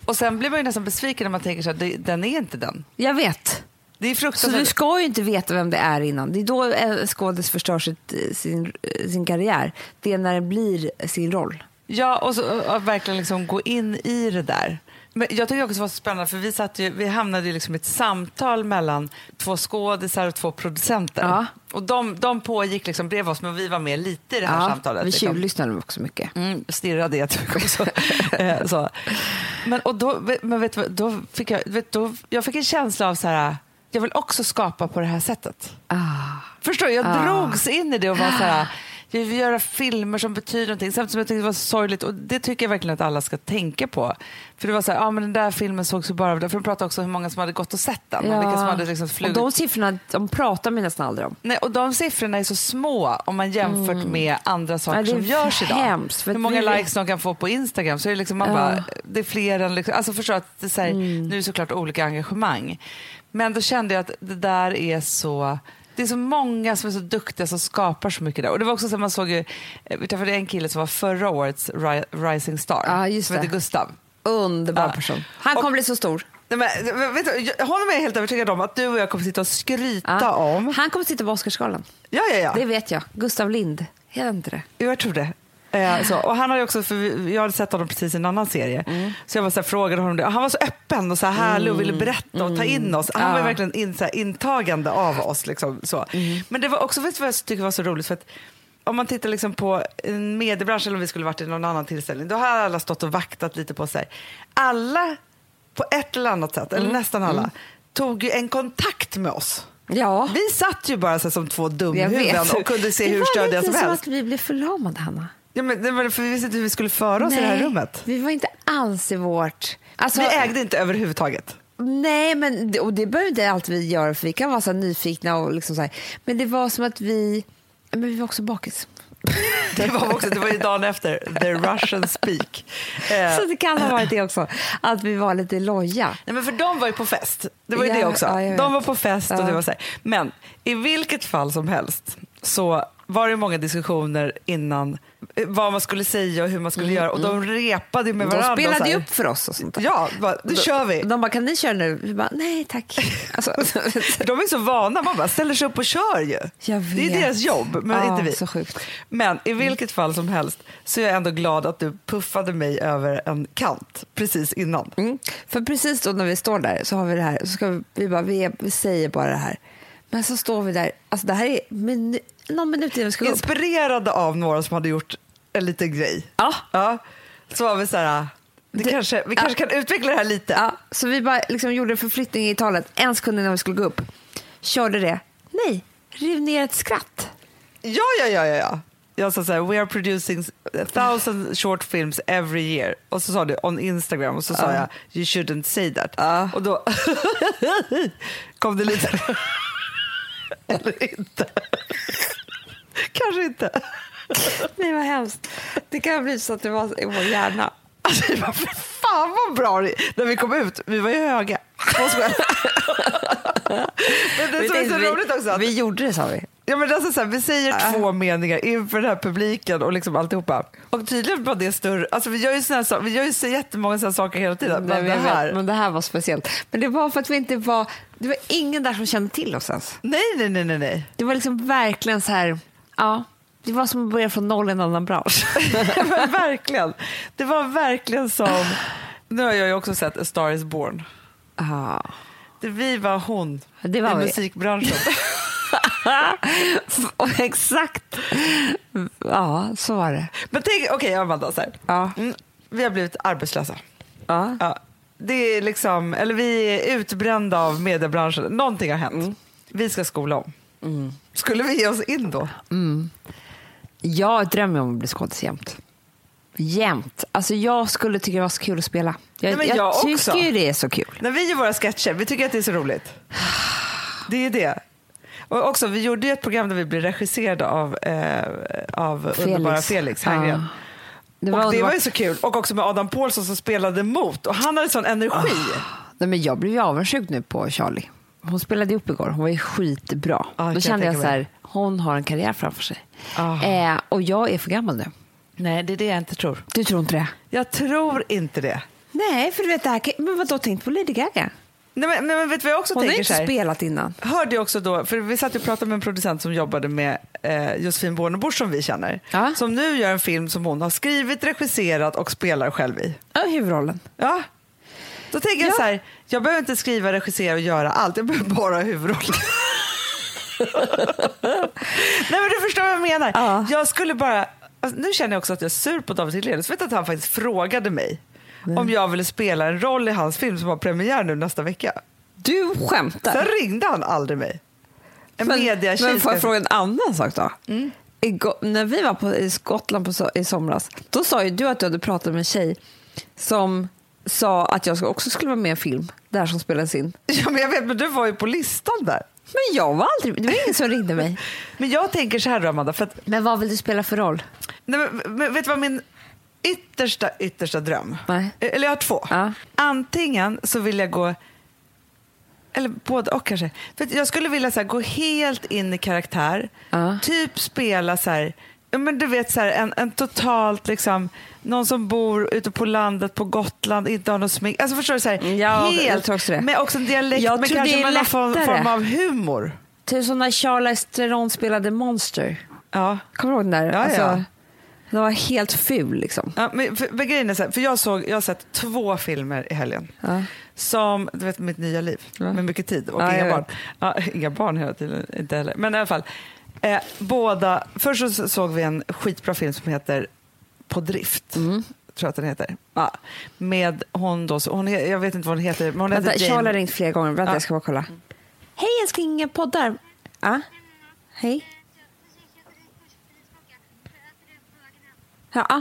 Och sen blir man ju nästan besviken när man tänker så här, den är inte den.
Jag vet.
Det är
Så
fruktansvärt.
du ska ju inte veta vem det är innan. Det är då skådis förstår sitt, sin, sin karriär. Det är när det blir sin roll.
Ja, och, så, och verkligen liksom gå in i det där. Men jag tycker också det var så spännande för vi, satt ju, vi hamnade ju liksom i ett samtal mellan två skådisar och två producenter.
Ja.
Och de, de pågick liksom bredvid oss men vi var med lite i det här
Ja,
samtalet.
vi
Liksom.
tjuvlyssnade också mycket.
Mm, stirrade jättemycket också. eh, så. Men, och då, men vet du, vad, då fick jag, vet, då, jag fick en känsla av så här, jag vill också skapa på det här sättet.
Ah.
Förstår du? Jag
Ah.
drogs in i det och var så här, jag vill göra filmer som betyder någonting samtidigt som jag tyckte det var så sorgligt och det tycker jag verkligen att alla ska tänka på. För det var så här, ja ah, men den där filmen sågs ju bara, för de pratade också om hur många som hade gått och sett den.
Ja.
Och vilka som hade liksom
Och
flugit.
de siffrorna, de pratar man nästan aldrig om.
Nej, och de siffrorna är så små om man jämfört
Mm.
med andra saker
Ja, det är
som görs idag.
hemskt, för
hur
att
många
vi-
likes de kan få på Instagram så är det liksom man
Ja.
bara, det är fler än liksom, alltså förstår att det är så här,
Mm.
nu är det såklart olika engagemang. Men då kände jag att det där är så, det är så många som är så duktiga som skapar så mycket där. Och det var också så att man såg ju, vi träffade en kille som var förra årets ri- Rising Star
Ja, just
som
det.
heter Gustav.
Underbar
Ja.
person. Han kommer
Och-
bli så stor.
Nej, men, vet du, jag håller med helt övertygad om att du och jag kommer sitta och skryta
Ja.
om.
Han kommer sitta på Oscarsgalan.
Ja, ja, ja.
Det vet jag. Gustav Lind. Heter inte det?
Jo, jag tror det. Eh, så. Och han hade också, för vi- jag hade sett honom precis i en annan serie.
Mm.
Så jag var så här, frågade honom det. Och han var så öppen och så här härlig och ville berätta och ta in oss. Han
Ja.
var verkligen in, så här, intagande av oss. Liksom, så.
Mm.
Men det var också, vet du vad jag tycker var så roligt? För att om man tittar liksom på en mediebransch eller om vi skulle varit i någon annan tillställning, då har alla stått och vaktat lite på sig. Alla, på ett eller annat sätt,
Mm.
eller nästan alla, tog ju en kontakt med oss.
Ja.
Vi satt ju bara så här, som två
Jag
dumhuvuden
vet.
och kunde se
det
hur
var
stödiga
lite
som
som
helst.
att vi blev förlamade, Hanna.
Ja, men det var för vi visste inte hur vi skulle föra oss i det här rummet.
vi var inte alls i vårt... Alltså,
Vi ägde inte överhuvudtaget.
Nej, men, och det behöver inte alltid vi göra, för vi kan vara så här nyfikna och liksom så här. Men det var som att vi... Men vi var också bakis.
Det var, också, det var ju dagen efter, the Russian speak. Eh,
Så det kan ha varit det också, att vi var lite loja.
nej, men för de var ju på fest. Det var ju
Ja,
det också.
ja, jag vet.
De var på fest och
Ja.
det var så här. Men i vilket fall som helst så var det många diskussioner innan eh, vad man skulle säga och hur man skulle göra. Och de repade ju med
De
varandra. och så
spelade
här.
ju upp för oss och sånt där.
Ja, bara, nu kör vi.
De bara, kan ni köra nu? Vi bara, nej tack. Alltså,
De är så vana, man bara ställer sig upp och kör ju.
Jag
Det är
vet.
deras jobb, men
Ja,
inte vi.
så sjukt.
Men i vilket fall som helst så är jag ändå glad att du puffade mig över en kant precis innan.
Mm. För precis då när vi står där så har vi det här, så ska vi, vi, bara, vi, vi säger bara det här. Men så står vi där, alltså det här är minu, någon minut innan vi ska gå upp.
Inspirerade av några som hade gjort en liten grej.
Ja.
Ja, så var vi så här, det
Det-
kanske, vi kanske kan utveckla det här lite.
Ja, så vi bara liksom gjorde förflyttning i talet en sekund innan vi skulle gå upp. Körde det. Nej, riv ner ett skratt.
Ja, ja, ja, ja, ja. Jag sa så här, we are producing a thousand short films every year. Och så sa du on Instagram och så sa
Ja.
jag, you shouldn't say that.
Ja.
Och då kom det lite... Eller inte. Kanske inte.
Nej, vad hemskt. Det kan ha blivit så att det var i vår hjärna.
Alltså, det var för fan vad bra det, när vi kom ut. Vi var ju höga. Men det som är så
vi,
roligt också att,
vi gjorde det, sa vi.
ja, men alltså, så här, vi säger två meningar inför den här publiken och liksom alltihopa. Och tydligen var det större. Alltså, vi gör ju, såna här, vi gör ju så jättemånga såna saker hela tiden.
Nej,
Men
men,
det
jag
här...
vet, men det här var speciellt. Men det var för att vi inte var... Det var ingen där som kände till oss ens.
Nej, nej, nej, nej, nej.
Det var liksom verkligen så här... Ja, det var som att börja från noll i en annan bransch.
Men verkligen. Det var verkligen som... Nu har jag ju också sett A Star is Born.
Ja.
Det, vi var hon
Det var
i
vi.
musikbranschen.
Och exakt. Ja, så var det.
Men tänk, okej, okay, Amanda, så här.
Ja.
Mm, vi har blivit arbetslösa.
Ja.
Ja, det är liksom, eller vi är utbrända av mediebranschen. Någonting har hänt.
Mm.
Vi ska skola om. Skulle vi ge oss in då?
Jag drömmer om att bli skådis jämt. Jämt. Alltså jag skulle tycka det var så kul att spela. Jag,
Nej, men
jag,
jag
tycker
också.
ju det är så kul.
När vi gör våra sketcher, vi tycker att det är så roligt. Det är det. Och också, vi gjorde ju ett program där vi blev regisserade av, eh, av
Felix.
underbara Felix Herngren.
Ja. Det
Och
var,
det var ju så kul. Och också med Adam Pålsson som spelade emot. Och han hade sån energi.
Nej, men jag blev ju avundsjuk nu på Charlie. Hon spelade upp igår. Hon var ju skitbra.
Ja, kan
Då
jag
kände jag
tänka
så
mig.
här, hon har en karriär framför sig.
Ah.
Eh, och jag är för gammal nu.
Nej, det är det jag inte tror.
Du tror inte det?
Jag tror inte det.
Nej, för du vet det här. Men vad då tänkt på Lady Gaga?
Nej, men, men vet du vad jag också
Hon har
tänker
inte
så här?
spelat innan.
Hörde jag också då, för vi satt och pratade med en producent som jobbade med eh, Josefin Bornebusch som vi känner.
Ja.
Som nu gör en film som hon har skrivit, regisserat och spelar själv i.
Ja, huvudrollen.
Ja. Då tänker jag
Ja.
så här, jag behöver inte skriva, regissera och göra allt. Jag behöver bara huvudrollen. Nej, men du förstår vad jag menar.
Ja.
Jag skulle bara, alltså, nu känner jag också att jag är sur på David Hellenius. Vet att han faktiskt frågade mig mm. om jag ville spela en roll i hans film som har premiär nu nästa vecka.
Du skämtar.
Sen ringde han aldrig mig. En
men,
mediatjej.
men får jag fråga en annan sak då?
Mm.
Igår, när vi var på, i Skottland på, so- i somras, då sa ju du att du hade pratat med en tjej som sa att jag också skulle vara med i en film där som spelades in.
Ja, men jag vet, men du var ju på listan där.
Men jag var aldrig, det var ingen som ringde mig.
Men jag tänker så här då, Amanda, för att,
Men vad vill du spela för roll?
nej, men, men, vet du vad min yttersta, yttersta dröm?
Nej.
Eller jag har två.
Ja.
Antingen så vill jag gå, eller både och kanske. För att jag skulle vilja så här, gå helt in i karaktär.
Ja.
Typ spela så här, ja, men du vet så här, en, en totalt liksom, någon som bor ute på landet på Gotland, inte har någon smink. Alltså förstår du så här,
Ja, jag
helt,
tror också det.
med också en dialekt,
Jag
men
tror det
kanske
är
med någon form,
lättare.
form av humor.
Typ som när Charlize Theron spelade Monster.
Ja.
Kommer du ihåg den där?
Ja,
alltså,
ja.
Den var helt ful liksom.
Ja, men för, för grejen är så här, för jag, såg, jag har sett två filmer i helgen.
Ja.
Som, du vet, mitt nya liv.
Ja.
Med mycket tid och
Ja,
inga
jag
barn. Ja, inga barn hela tiden, inte heller. Men i alla fall. Eh, båda, först så såg vi en skitbra film som heter På drift.
Mm.
Tror jag att den heter. Ja, med hon då, så hon, jag vet inte vad hon heter. Men hon
Vänta,
heter
Charlie har
Jane.
ringt flera gånger. Vänta,
Ja.
jag ska bara kolla. Hej älskling, inga poddar. Ja, hej. Ja,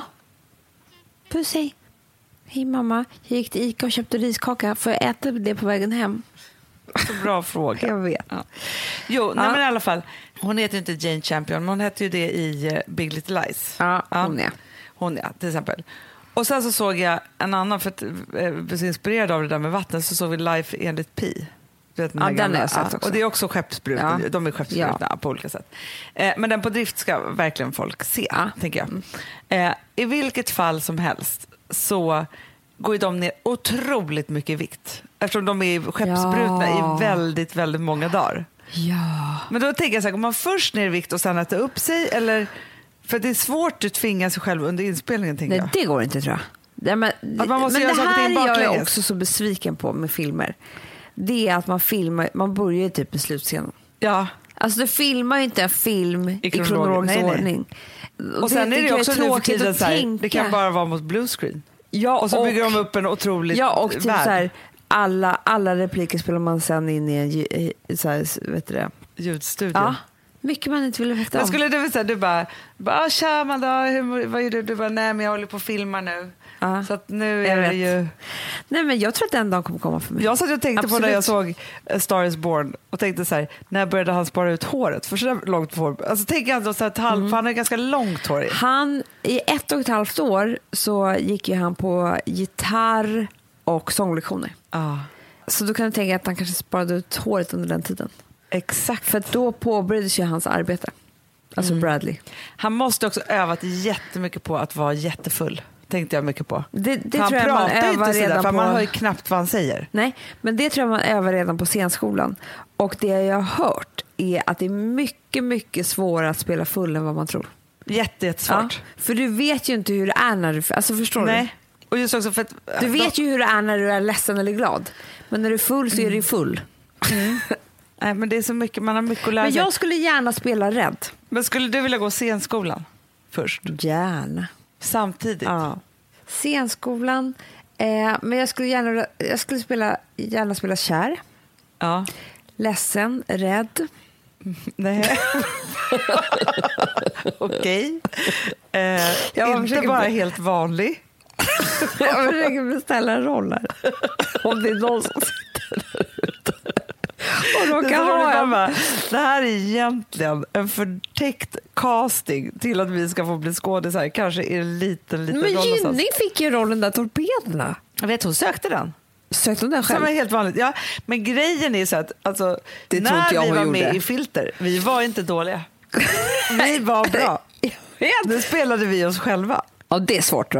puss hej. Hej mamma, jag gick till Ica och köpte riskaka. Får jag äta det på vägen hem?
Så bra fråga.
Jag vet.
Ja. Jo,
Ja.
nej, men i alla fall. Hon heter ju inte Jane Champion, men hon heter ju det i uh, Big Little Lies.
Ja, hon är.
Hon är, till exempel. Och sen så såg jag en annan, för att eh, bli så inspirerad av det där med vatten, så såg vi Life enligt Pi. Du vet, den,
Ja,
där
den
gamla-
har jag sett också.
Och det är också skeppsbrutna,
Ja.
de är skeppsbrutna
Ja.
på olika sätt. Eh, men den På drift ska verkligen folk se,
Ja.
tänker jag. Eh, I vilket fall som helst så går ju de ner otroligt mycket i vikt. Eftersom de är skeppsbrutna
Ja.
i väldigt, väldigt många dagar.
Ja.
Men då tänker jag så här, går man först ner i vikt och sen äta upp sig? Eller, för det är svårt att tvinga sig själv under inspelningen, tänker
Nej,
jag.
det går inte tror jag. Det, men
Att man måste
men
göra
det
saker
här
till
är jag
baklänges.
också så besviken på med filmer. Det är att man filmar, man börjar ju typ i slutscenen.
Ja.
Alltså du filmar ju inte en film i
kronolog-
kronologisk
nej, nej.
ordning.
Och sen är det ju också nu för tiden så här,
tänka.
det kan bara vara mot blue screen.
Ja,
Och så bygger de upp en otroligt
Ja, och typ så
värld.
här, alla, alla repliker spelar man sen in i en ju- så här, vet du det?
Ljudstudio.
Ja, mycket man inte vill veta
Men
om.
skulle du vilja säga, du bara, bara ah, tja Amanda, hur, vad gör du? Du bara, nej men jag håller på att filma nu.
Ja.
Så att nu
Jag
är det
vet.
ju...
Nej, men jag tror att den dagen kommer komma för mig.
Jag satt och tänkte
Absolut.
på när jag såg A Star is Born och tänkte så här, när började han spara ut håret? För så där långt hår. Alltså tänker jag så här ett halv,
Mm.
för han har ganska långt hår.
Han, i ett och ett halvt år så gick ju han på gitarr och sånglektioner.
Ja,
Så då kan du tänka att han kanske sparade ut håret under den tiden.
exakt.
För att då påbörjades ju hans arbete. Alltså
Mm.
Bradley.
Han måste också övat jättemycket på att vara jättefull. Tänkte jag mycket på.
Det, det
han
tror jag man
pratar ju
övar
inte sådär,
redan
för
på...
man hör ju knappt vad han säger.
Nej, men det tror jag man övar redan på scenskolan. Och det jag har hört är att det är mycket, mycket svårare att spela full än vad man tror.
Jätte, jättesvårt.
Ja, för du vet ju inte hur det är när du... Alltså förstår
Nej. Och just också för att,
du? Du vet ju hur det är när du är ledsen eller glad. Men när du är full så är du full.
Nej, men det är så mycket, man har mycket att lära
Men
sig.
jag skulle gärna spela rädd.
Men skulle du vilja gå scenskolan först?
Gärna.
Samtidigt?
Ja. Scenskolan. Eh, men jag skulle gärna, jag skulle spela, gärna spela kär.
Ja.
Ledsen, rädd.
Nej. Okej. Eh,
Jag
inte
försöker-
bara helt vanlig.
Jag försöker beställa en roll här. Om det är någon som sitter där ute. Och
Det,
råkar
är så roligt,
ha en...
mamma. Det här är egentligen en förtäckt casting till att vi ska få bli skådisar. Kanske i en liten, liten
Men
roll någonstans.
Gynning fick ju rollen där torpederna.
Jag vet, hon sökte den.
Sökte hon den
Som
själv?
är helt vanligt. Ja, men grejen är så att alltså,
Det tror
när
inte jag
vi
hon
var
gjorde.
med i Filter, vi var inte dåliga. Vi var bra.
Jag vet.
Nu spelade vi oss själva.
Ja, det är svårt tror jag.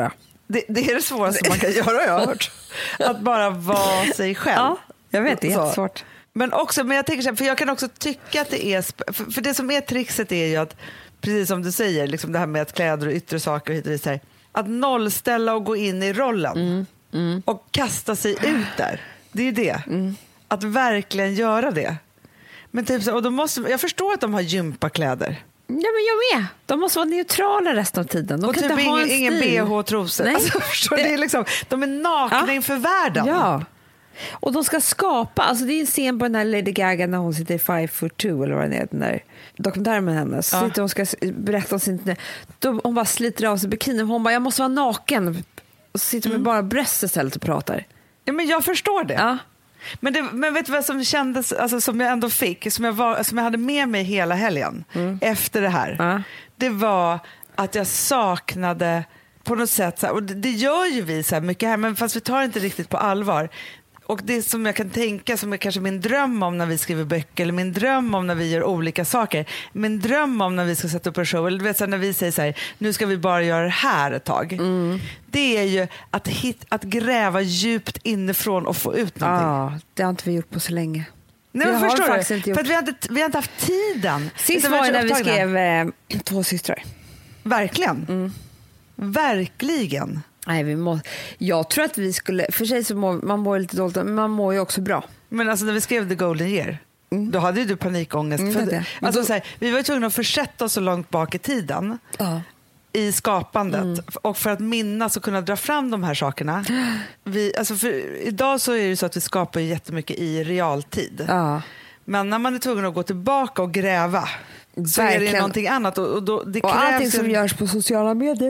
Det, det är det svåraste man kan göra, jag har hört. Att bara vara sig själv.
Ja, jag vet, det är
Så.
jättesvårt.
Men också, men jag tänker så här, för jag kan också tycka att det är, för, för det som är trixet är ju att, precis som du säger, liksom det här med att kläder och yttre saker och hit och dit, så här, att nollställa och gå in i rollen
Mm, mm.
och kasta sig ut där. Det är ju det.
Mm.
Att verkligen göra det. Men typ så, och då måste, jag förstår att de har gympakläder.
Ja, men jag med. De måste vara neutrala resten av tiden. De
Och
kan
typ
inte ha en
ingen, ingen
stil.
B H-trosor.
Nej.
Alltså, förstår,
Det-
det är liksom, de är nakna
Ja.
inför världen.
Ja. Och de ska skapa, alltså det är en scen på den här Lady Gaga när hon sitter i Five Foot Two eller vad det är, den där dokumentären med henne. Så
Ja.
sitter hon ska s- berätta om sin, då hon bara sliter av sig bikini. Hon bara, jag måste vara naken. Och så sitter hon
Mm.
med bara bröst istället och pratar.
Ja, men jag förstår det.
Ja.
Men, det, men vet du vad som kändes, alltså, som jag ändå fick, som jag, var, som jag hade med mig hela helgen efter det här.
Ja.
Det var att jag saknade på något sätt, så här, och det, det gör ju vi så här mycket här, men fast vi tar det inte riktigt på allvar. Och det som jag kan tänka, som är kanske min dröm om när vi skriver böcker, eller min dröm om när vi gör olika saker, min dröm om när vi ska sätta upp en show, eller du vet, så här, när vi säger så här, nu ska vi bara göra det här ett tag.
Mm.
Det är ju att, hit, att gräva djupt inifrån och få ut någonting.
Ja, det har inte vi gjort på så länge.
Nej,
Vi
men
har
förstår
faktiskt
du?
inte gjort.
För att vi har inte, vi har inte haft tiden.
Sist
Utan
var
vi
det
har
när
varit
vi
upptagna.
skrev eh, Två systrar.
Verkligen.
Mm.
Verkligen.
Nej, vi må, jag tror att vi skulle, för sig så mår man mår lite dåligt, men man mår ju också bra.
Men alltså när vi skrev The Golden Year, då hade ju du panikångest.
Mm,
för,
det är det. Men
alltså,
då-
så här, vi var ju tvungna att försätta oss så långt bak i tiden
Ja.
i skapandet.
Mm.
Och för att minnas och kunna dra fram de här sakerna. Vi, alltså för, idag så är det så att vi skapar ju jättemycket i realtid.
Ja.
Men när man är tvungen att gå tillbaka och gräva så är det
Verkligen.
ju någonting annat. Och, och, då, det
Och
krävs
allting som
en-
görs på sociala medier,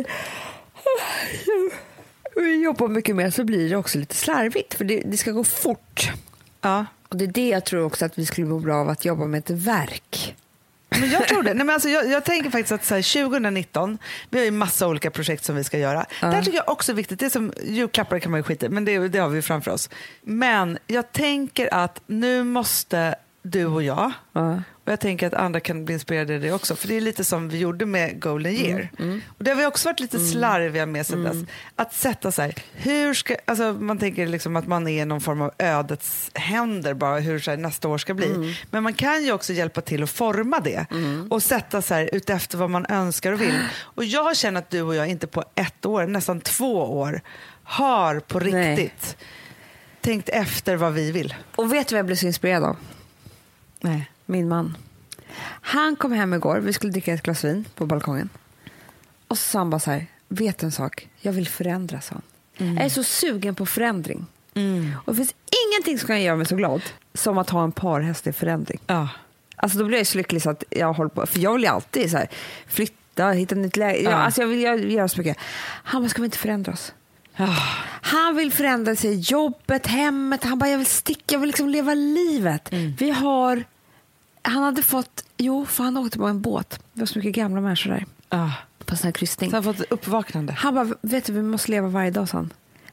vi jobbar mycket med, så blir det också lite slarvigt, för det, det ska gå fort.
Ja.
Och det är det jag tror också att vi skulle må bra av, att jobba med ett verk.
Men jag tror det. Nej, men alltså, jag, jag tänker faktiskt att så här, tjugonitton, vi har ju massa olika projekt som vi ska göra.
Ja.
Det här tycker jag också är viktigt. Det är som julklappar kan man ju skita i, men det, det har vi framför oss. Men jag tänker att nu måste du och jag,
Ja.
och jag tänker att andra kan bli inspirerade av det också, för det är lite som vi gjorde med Golden Year. Och det har vi också varit lite slarviga med sedan dess. Att sätta så här, hur ska, alltså man tänker liksom att man är någon form av ödets händer bara, hur så här, nästa år ska bli. Men man kan ju också hjälpa till att forma det och sätta så här ut efter vad man önskar och vill. Och jag känner att du och jag inte på ett år, nästan två år, har på
Nej.
riktigt tänkt efter vad vi vill.
Och vet du vad jag blev så inspirerad av?
Nej.
Min man. Han kom hem igår, vi skulle dricka ett glas vin på balkongen. Och så sa han bara så här, vet du en sak? Jag vill förändra, sa han. Jag är så sugen på förändring. Och det finns ingenting som kan göra mig så glad som att ha en parhästig förändring.
Ja.
Alltså då blir jag så lycklig så att jag håller på, för jag vill ju alltid så här, flytta, hitta ett nytt läge. Ja,
Ja.
alltså jag vill göra, göra så mycket. Han bara, ska vi inte förändra oss? Han vill förändra sig, jobbet, hemmet. Han bara, jag vill sticka, jag vill liksom leva livet. Vi har, han hade fått, jo, för han åkte på en båt. Det var så mycket gamla människor där
Ja.
på sån här kryssning.
Så han har fått uppvaknande.
Han bara, vet du, vi måste leva varje dag, sa han.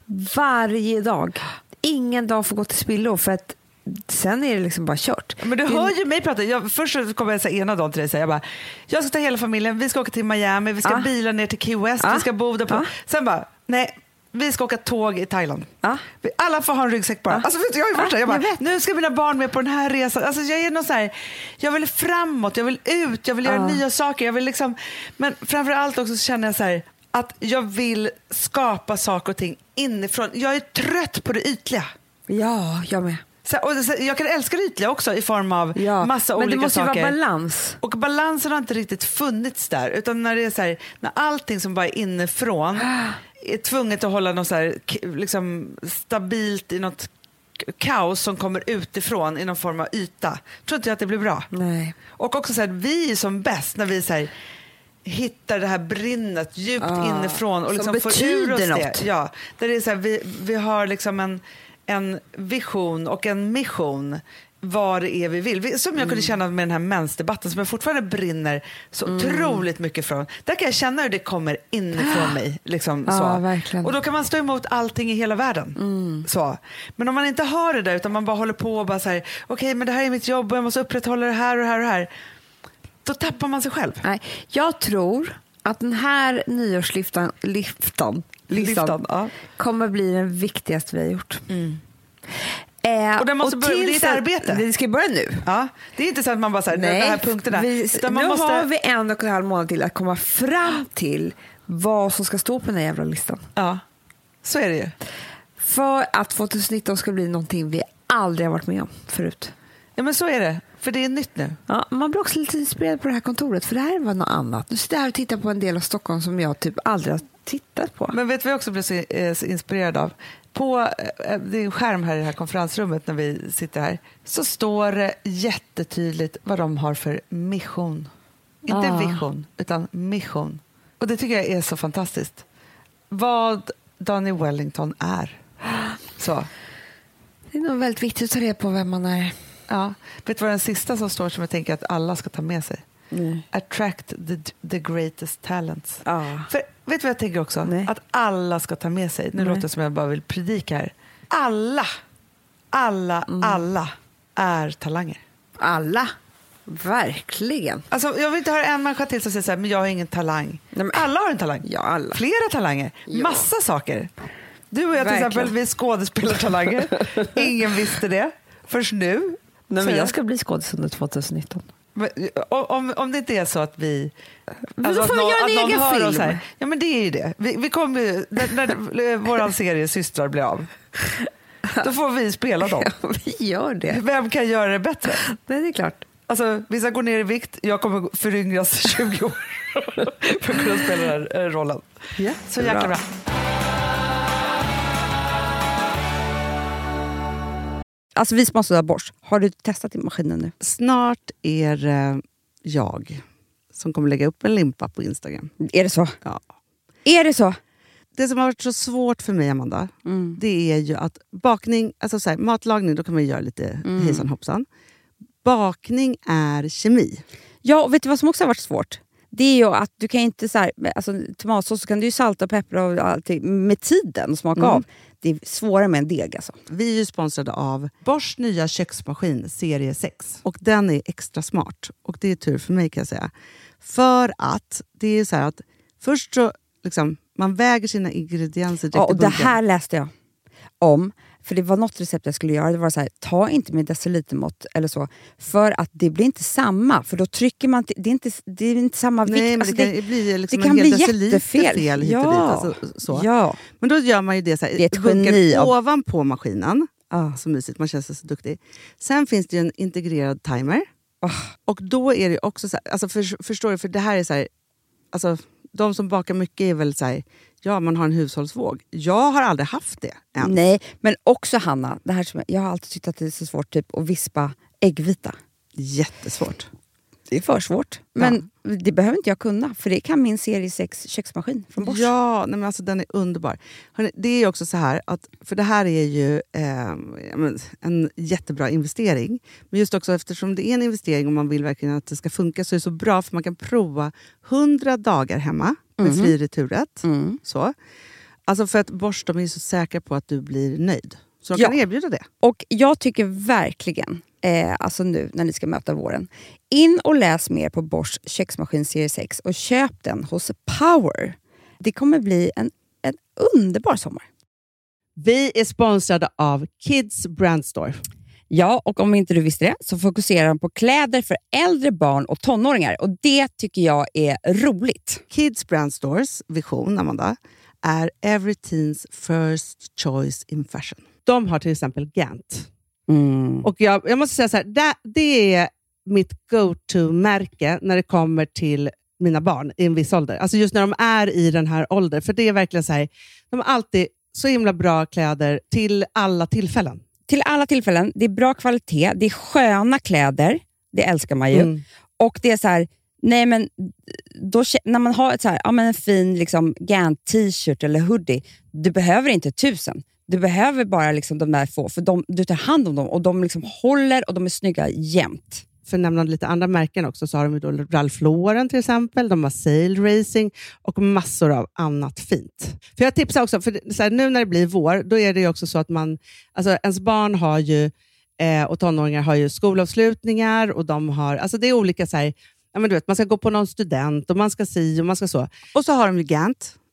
Varje dag. Ingen dag får gå till spillo, för att sen är det liksom bara kört.
Men du
Det-
hör ju mig prata. Jag, först så kommer jag säga ena dagen till dig, så jag bara, jag ska ta hela familjen, vi ska åka till Miami, vi ska
Ja.
bila ner till Key West,
Ja.
vi ska bo där på.
Ja.
Sen bara, nej, vi ska åka tåg i Thailand.
Ja.
Vi- Alla får ha en ryggsäck bara.
Ja.
Alltså, vet du, jag har ju varit
Ja,
där. Jag bara,
jag vet.
nu ska mina barn med på den här resan. Alltså, jag är någon så här, jag vill framåt, jag vill ut, jag vill göra
Ja.
nya saker. Jag vill liksom, men framför allt också så känner jag så här, att jag vill skapa saker och ting inifrån. Jag är trött på det ytliga.
Ja, jag med.
Så, och, så, jag kan älska det ytliga också i form av
Ja.
massa
Men
olika
det måste ju
saker.
vara balans.
Och balansen har inte riktigt funnits där. Utan när det är så här, när allting som bara är inifrån är tvunget att hålla något så här, k- liksom stabilt i något k- kaos som kommer utifrån i någon form av yta. Tror inte jag att det blir bra.
Nej.
Och också så här, vi är som bäst när vi så här, hittar det här brinnet djupt
Ah,
inifrån och
som
liksom får ur oss
betyder
det.
något.
Ja, där det är så här, vi, vi har liksom en, en vision och en mission vad det är vi vill. Vi- Som jag kunde känna med den här mensdebatten som jag fortfarande brinner så otroligt mycket från. Där kan jag känna hur det kommer inifrån mig. Liksom,
Ja,
så.
verkligen.
Och då kan man stå emot allting i hela världen. Så. Men om man inte har det där utan man bara håller på och bara så här, okej, men det här är mitt jobb och jag måste upprätthålla det här och det här och det här. Då tappar man sig själv.
Nej, jag tror att den här nyårsliftan, liftan,
listan ja.
kommer bli den viktigaste vi har gjort.
Mm.
Eh,
och den måste
och
börja, det är ett arbete.
Det ska börja nu.
Ja, det är inte så att man bara säger de här punkterna.
Vi,
man
nu
måste...
har vi en och en halv månad till att komma fram till vad som ska stå på den här jävla listan.
Ja, så är det ju.
För att tjugonitton ska bli någonting vi aldrig har varit med om förut.
Ja, men så är det. För det är nytt nu.
Ja, man blir också lite inspirerad på det här kontoret. För det här var något annat. Nu sitter jag här och tittar på en del av Stockholm som jag typ aldrig har tittat på.
Men vet du vad jag också blev så, eh, så inspirerad av? På eh, det är en skärm här i det här konferensrummet när vi sitter här. Så står det jättetydligt vad de har för mission. Inte
Ah.
vision, utan mission. Och det tycker jag är så fantastiskt. Vad Daniel Wellington är. Så.
Det är nog väldigt viktigt att ta reda på vem man är.
Ja. Vet du vad den sista som står som jag tänker att alla ska ta med sig?
Mm.
Attract the, the greatest talents.
Ja.
För vet du vad jag tänker också?
Nej.
Att alla ska ta med sig. Nu
Nej.
låter det som jag bara vill predika här. Alla, alla,
Mm.
alla är talanger.
Alla. Verkligen.
Alltså, jag vill inte höra en människa till som säger så här, men jag har ingen talang.
Nej, men-
Alla har en talang.
Ja, alla.
Flera talanger.
Ja.
Massa saker. Du och jag till
Verkligen.
exempel, vi är skådespelartalanger. Ingen visste det. Först nu.
Nej,
Så-
men jag ska bli skådis under tjugonitton.
Men, om, om det inte är så att vi...
Men då
att
får vi
någon-
göra en
att någon
egen
hör
film.
oss här. Ja, men det är ju det. Vi, vi kommer ju, när, när vår serie Systrar blir av, då får vi spela dem.
Ja, vi gör det.
Vem kan göra det bättre?
Nej, det är klart.
Alltså, vissa går ner i vikt, jag kommer föryngras tjugo år för att kunna spela den här eh, rollen. Så jäkla bra.
Alltså vi sponsrar Bosch. Har du testat i maskinen nu?
Snart är det jag som kommer lägga upp en limpa på Instagram.
Är det så?
Ja.
Är det så?
Det som har varit så svårt för mig, Amanda,
Mm.
det är ju att bakning, alltså så här, matlagning, då kan man ju göra lite
Mm.
hejsan hoppsan. Bakning är kemi.
Ja, och vet du vad som också har varit svårt? Det är ju att du kan inte så här, alltså tomatsås så kan du ju salta och peppra och allting med tiden och smaka
Mm.
av. Det är svårare med en deg alltså.
Vi är ju sponsrade av Bosch nya köksmaskin serie sex. Och den är extra smart. Och det är tur för mig kan jag säga. För att det är så här att först så liksom, man väger sina ingredienser direkt
Ja, och
i
det
bunken.
här läste jag om. För det var något recept jag skulle göra. Det var så här, ta inte med decilitermått eller så. För att det blir inte samma. För då trycker man... till- Det är inte, det är inte samma vikt.
Nej, men
Alltså,
det kan bli liksom
det kan
en hel
bli
deciliter
jättefel.
fel hit och dit.
Ja.
Alltså, så.
Ja.
Men då gör man ju det så här,
Det är ett
i bunken
geni av-
ovanpå maskinen.
Ah.
Så mysigt, man känns så duktig. Sen finns det ju en integrerad timer.
Ah.
Och då är det också så här, alltså för, förstår du, för det här är så här, alltså de som bakar mycket är väl så här, ja man har en hushållsvåg. Jag har aldrig haft det än.
Nej, men också Hanna. Det här som jag, jag har alltid tyckt att det är så svårt typ, att vispa äggvita.
Jättesvårt.
Det är för svårt. Men det behöver inte jag kunna. För det kan min serie sex köksmaskin från Bosch.
Ja, nej men alltså den är underbar. Hörrni, det är också så här, att, för det här är ju eh, men, en jättebra investering. Men just också eftersom det är en investering och man vill verkligen att det ska funka så är det så bra för man kan prova hundra dagar hemma med
Mhm.
fri returrätt.
Mm.
Så. Alltså för att Bosch, de är så säkra på att du blir nöjd. Så de
Ja.
kan erbjuda det.
Och jag tycker verkligen, eh, alltså nu när ni ska möta våren, in och läs mer på Bosch köksmaskin serie sex och köp den hos Power. Det kommer bli en, en underbar sommar.
Vi är sponsrade av Kids Brand Store.
Ja, och om inte du visste det så fokuserar de på kläder för äldre barn och tonåringar. Och det tycker jag är roligt.
Kids Brand Stores vision, Amanda, är every teens first choice in fashion. De har till exempel Gant.
Mm.
Och jag, jag måste säga så här, det, det är mitt go-to-märke när det kommer till mina barn i en viss ålder. Alltså just när de är i den här åldern. För det är verkligen så här, de har alltid så himla bra kläder till alla tillfällen.
Till alla tillfällen, det är bra kvalitet, det är sköna kläder, det älskar man ju.
Mm.
Och det är så här, nej men då, kä- när man har ett så här, ja, men en fin liksom, Gant t-shirt eller hoodie, du behöver inte tusen. Du behöver bara liksom, de där få, för de, du tar hand om dem och de liksom håller och de är snygga jämt.
För att nämna lite andra märken också så har de ju då Ralph Lauren till exempel, de har Sail Racing och massor av annat fint. För jag tipsar också, för så här, nu när det blir vår, då är det ju också så att man, alltså ens barn har ju, eh, och tonåringar har ju skolavslutningar och de har, alltså det är olika så här, ja men du vet, man ska gå på någon student och man ska si och man ska så. Och så har de ju Gant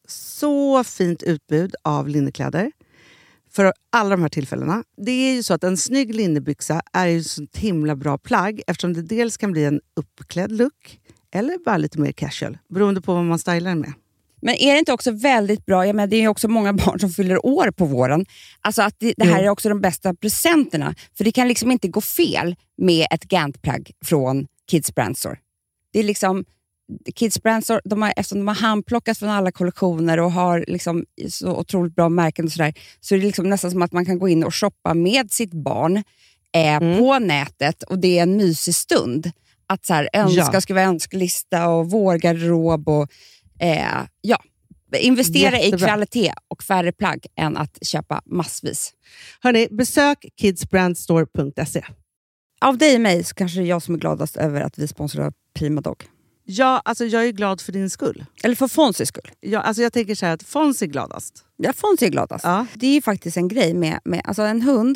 så fint utbud av linnekläder för alla de här tillfällena. Det är ju så att en snygg linnebyxa är ju så himla bra plagg eftersom det dels kan bli en uppklädd look eller bara lite mer casual, beroende på vad man stylar med.
Men är det inte också väldigt bra, jag menar, det är ju också många barn som fyller år på våren, alltså att det, det här mm. är också de bästa presenterna, för det kan liksom inte gå fel med ett Gant-plagg från Kids Brand Store. Det är liksom Kids Brand Store, de har, eftersom de har handplockat från alla kollektioner och har liksom så otroligt bra märken och sådär, så är det liksom nästan som att man kan gå in och shoppa med sitt barn eh, mm. på nätet, och det är en mysig stund att så här, önska, ja. skriva önskelista och vårgarderob och eh, ja, investera Jättebra. i kvalitet och färre plagg än att köpa massvis.
Hörrni, besök kids brand store punkt se.
Av dig och mig så kanske det är jag som är gladast över att vi sponsrar Prima Dog.
Ja, alltså jag är glad för din skull.
Eller för Fonzys skull.
Ja, alltså jag tänker så här att Fonzie är gladast.
Ja, Fonzie är gladast.
Ja.
Det är ju faktiskt en grej med, med alltså en hund.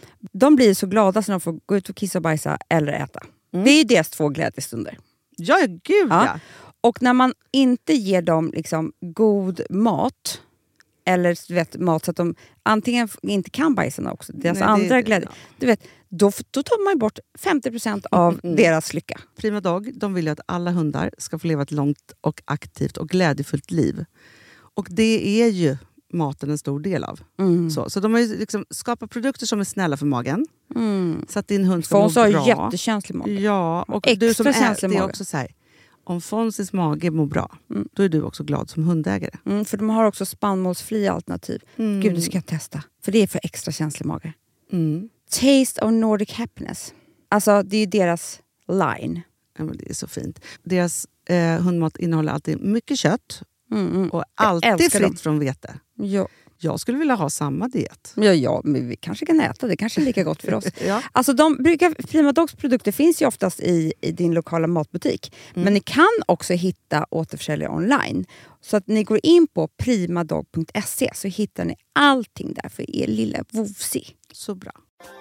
De blir så glada när de får gå ut och kissa och bajsa eller äta. Mm. Det är ju deras två glädjestunder.
Ja, gud ja. ja.
Och när man inte ger dem liksom god mat, eller du vet, mat så att de antingen inte kan bajsa också, deras Nej, andra det, glädje, ja. du vet, då, då tar man bort femtio procent av mm. deras lycka.
Prima Dog, de vill ju att alla hundar ska få leva ett långt och aktivt och glädjefullt liv. Och det är ju maten en stor del av. Mm. Så, så de har ju liksom skapat produkter som är snälla för magen. Mm. Så att din hund ska må bra.
Fons har jättekänslig mage.
Ja, och
Extra
du som
känslig
är, det är
mage.
också så här, om Fonzys mage mår bra, mm. då är du också glad som hundägare.
Mm, för de har också spannmålsfria alternativ. Mm. Gud, det ska jag testa. För det är för extra känslig mage. Mm. Taste of Nordic Happiness. Alltså, det är ju deras line.
Ja, men det är så fint. Deras eh, hundmat innehåller alltid mycket kött. Mm. Och alltid fritt dem. från vete.
Ja.
Jag skulle vilja ha samma diet.
Ja, ja, men vi kanske kan äta. Det kanske är lika gott för oss.
ja.
Alltså, de brukar, Prima Dogs produkter finns ju oftast i, i din lokala matbutik. Mm. Men ni kan också hitta återförsäljare online. Så att ni går in på primadog punkt se så hittar ni allting där för er lilla vovsi.
Så bra.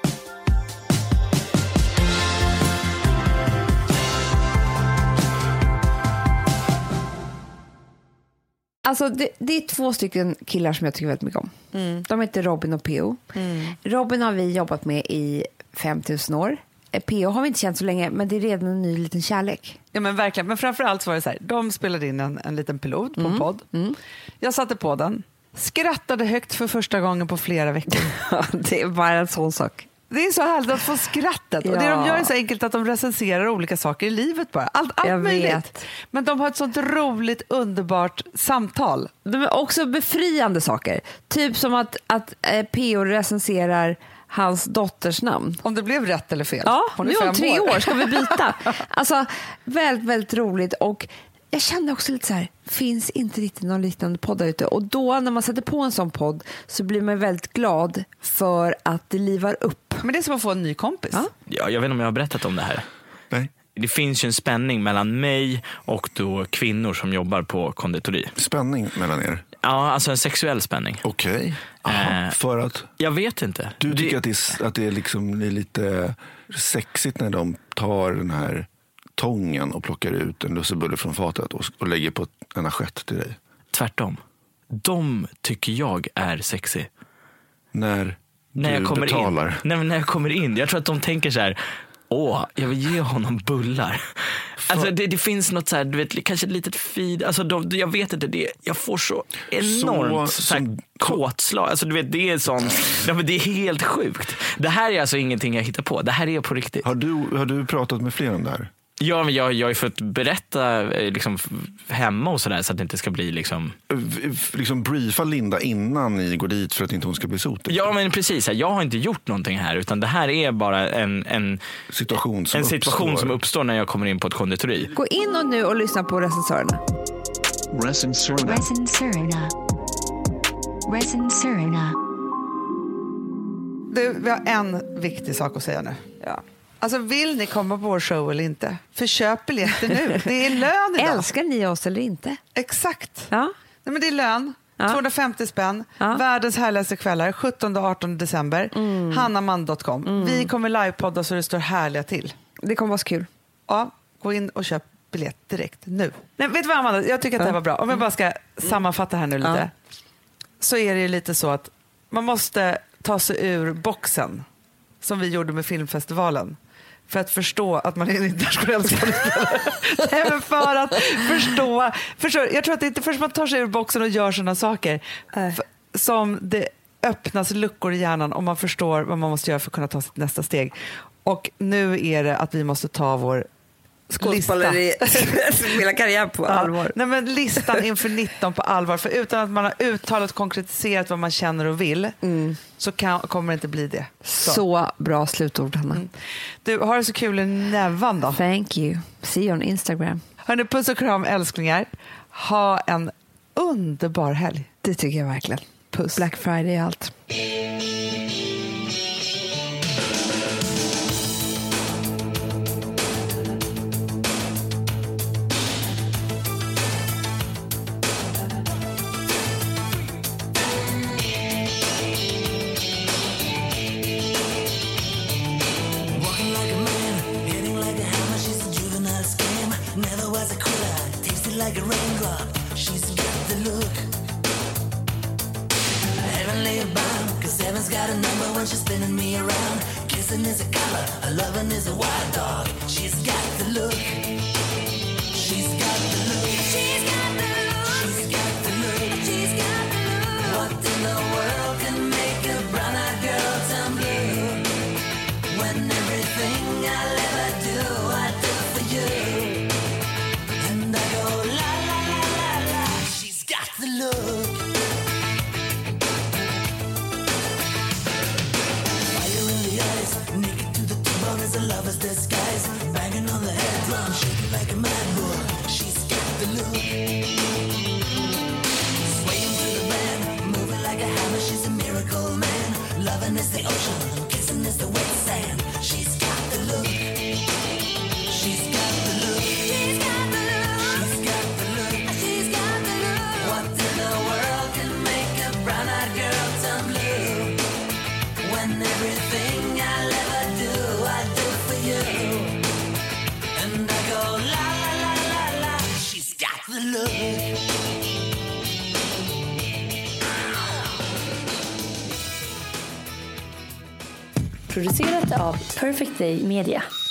Alltså det, det är två stycken killar som jag tycker väldigt mycket om. Mm. De heter Robin och P O. Mm. Robin har vi jobbat med i fem tusen år. P O har vi inte känt så länge, men det är redan en ny liten kärlek.
Ja, men verkligen. Men framförallt så var det så här, de spelade in en, en liten pilot på
mm.
en podd. Mm. Jag satte på den, skrattade högt för första gången på flera veckor.
Det är bara en sån sak.
Det är så härligt att få skrattet. Ja. Och det de gör är så enkelt att de recenserar olika saker i livet bara. Allt, allt möjligt. Vet. Men de har ett sånt roligt, underbart samtal.
De är också befriande saker. Typ som att, att eh, P O recenserar hans dotters namn.
Om det blev rätt eller fel.
Ja,
hon är
nu
fem
om tre
år.
år ska vi byta. Alltså, väldigt, väldigt roligt. Och jag kände också lite så här, finns inte riktigt någon liknande podd där ute. Och då när man sätter på en sån podd så blir man väldigt glad för att det livar upp.
Men det är som att få en ny kompis.
Ja, ja jag vet inte om jag har berättat om det här.
Nej.
Det finns ju en spänning mellan mig och då kvinnor som jobbar på konditori.
Spänning mellan er?
Ja, alltså en sexuell spänning.
Okej. Okay. Eh, för att?
Jag vet inte.
Du tycker
det...
att det är, att det är, liksom, det är lite sexigt när de tar den här tången och plockar ut en lussebulle från fatet och, och lägger på en assiett till dig?
Tvärtom. De tycker jag är sexy.
När,
när
du
jag kommer
betalar?
In. Nej, när jag kommer in. Jag tror att de tänker så här: åh, jag vill ge honom bullar. För... Alltså det, det finns något så här, du vet, kanske ett litet feed. Alltså de, jag vet inte, det, jag får så enormt så, så här, kåtslag. Alltså du vet, det är sån, ja, men det är helt sjukt. Det här är alltså ingenting jag hittar på. Det här är på riktigt.
Har du, har du pratat med fler om det här?
Ja, men jag, jag har ju fått berätta liksom, hemma och sådär så att det inte ska bli liksom...
Liksom briefa Linda innan ni går dit för att inte hon ska bli sotig.
Ja, men precis. Jag har inte gjort någonting här utan det här är bara en, en
situation, som,
en situation
uppstår.
som uppstår när jag kommer in på ett konditori.
Gå in och nu och lyssna på recensörerna.
Recensörerna. Recensörerna. Recensörerna.
Du, vi har en viktig sak att säga nu.
Ja.
Alltså vill ni komma på vår show eller inte? För köp biljetter nu. Det är lön idag.
Älskar ni oss eller inte?
Exakt.
Ja.
Nej, men det är lön. Ja. tvåhundrafemtio spänn. Ja. Världens härligaste kvällar. sjuttonde och artonde december. Mm. hannaman punkt com. Mm. Vi kommer livepodda så det står härliga till.
Det kommer vara så kul.
Ja, gå in och köp biljett direkt nu. Nej, vet du vad, Amanda? Jag tycker att det här var bra. Om jag bara ska sammanfatta här nu lite. Ja. Så är det ju lite så att man måste ta sig ur boxen som vi gjorde med filmfestivalen. För att förstå att man är en internationell skådespelare. Nej, men för att förstå, förstå. Jag tror att det är inte först man tar sig ur boxen och gör sådana saker äh. som det öppnas luckor i hjärnan om man förstår vad man måste göra för att kunna ta sitt nästa steg. Och nu är det att vi måste ta vår
skådespelare hela karriär på allvar.
Ja, nej, men listan inför nitton på allvar. För utan att man har uttalat konkretiserat vad man känner och vill mm. så kan, kommer det inte bli det.
Så, så bra slutord, Hanna. Mm.
Du, har det så kul i nävan då?
Thank you. See you on Instagram.
Hörrni, puss och kram älsklingar. Ha en underbar helg.
Det tycker jag verkligen.
Puss.
Black Friday och allt.
Like a raindrop, she's got the look. Heavenly bound, cause heaven's got a number when she's spinning me around. Kissing is a color, a loving is a wild dog. She's got the look. She's got the look. She's got the look. She's got the look. She's got the look. What in the world can make a brown-eyed girl turn blue? When everything I'll ever do, I do for you. And I go la la la la la. She's got the look. Fire in the eyes, naked to the bone as a lover's disguise. Banging on the head drum, shaking like a mad bull. She's got the look. Swaying through the band, moving like a hammer. She's a miracle man. Loving is the ocean, kissing is the wet sand. She's got the look. She's got the look. She's got the look. She's got the look. She's got the look. What in the world can make a brown-eyed girl turn blue? When everything I'll ever do, I do for you. And I go la la la la la. She's got the look.
Producerat av Perfect Day Media.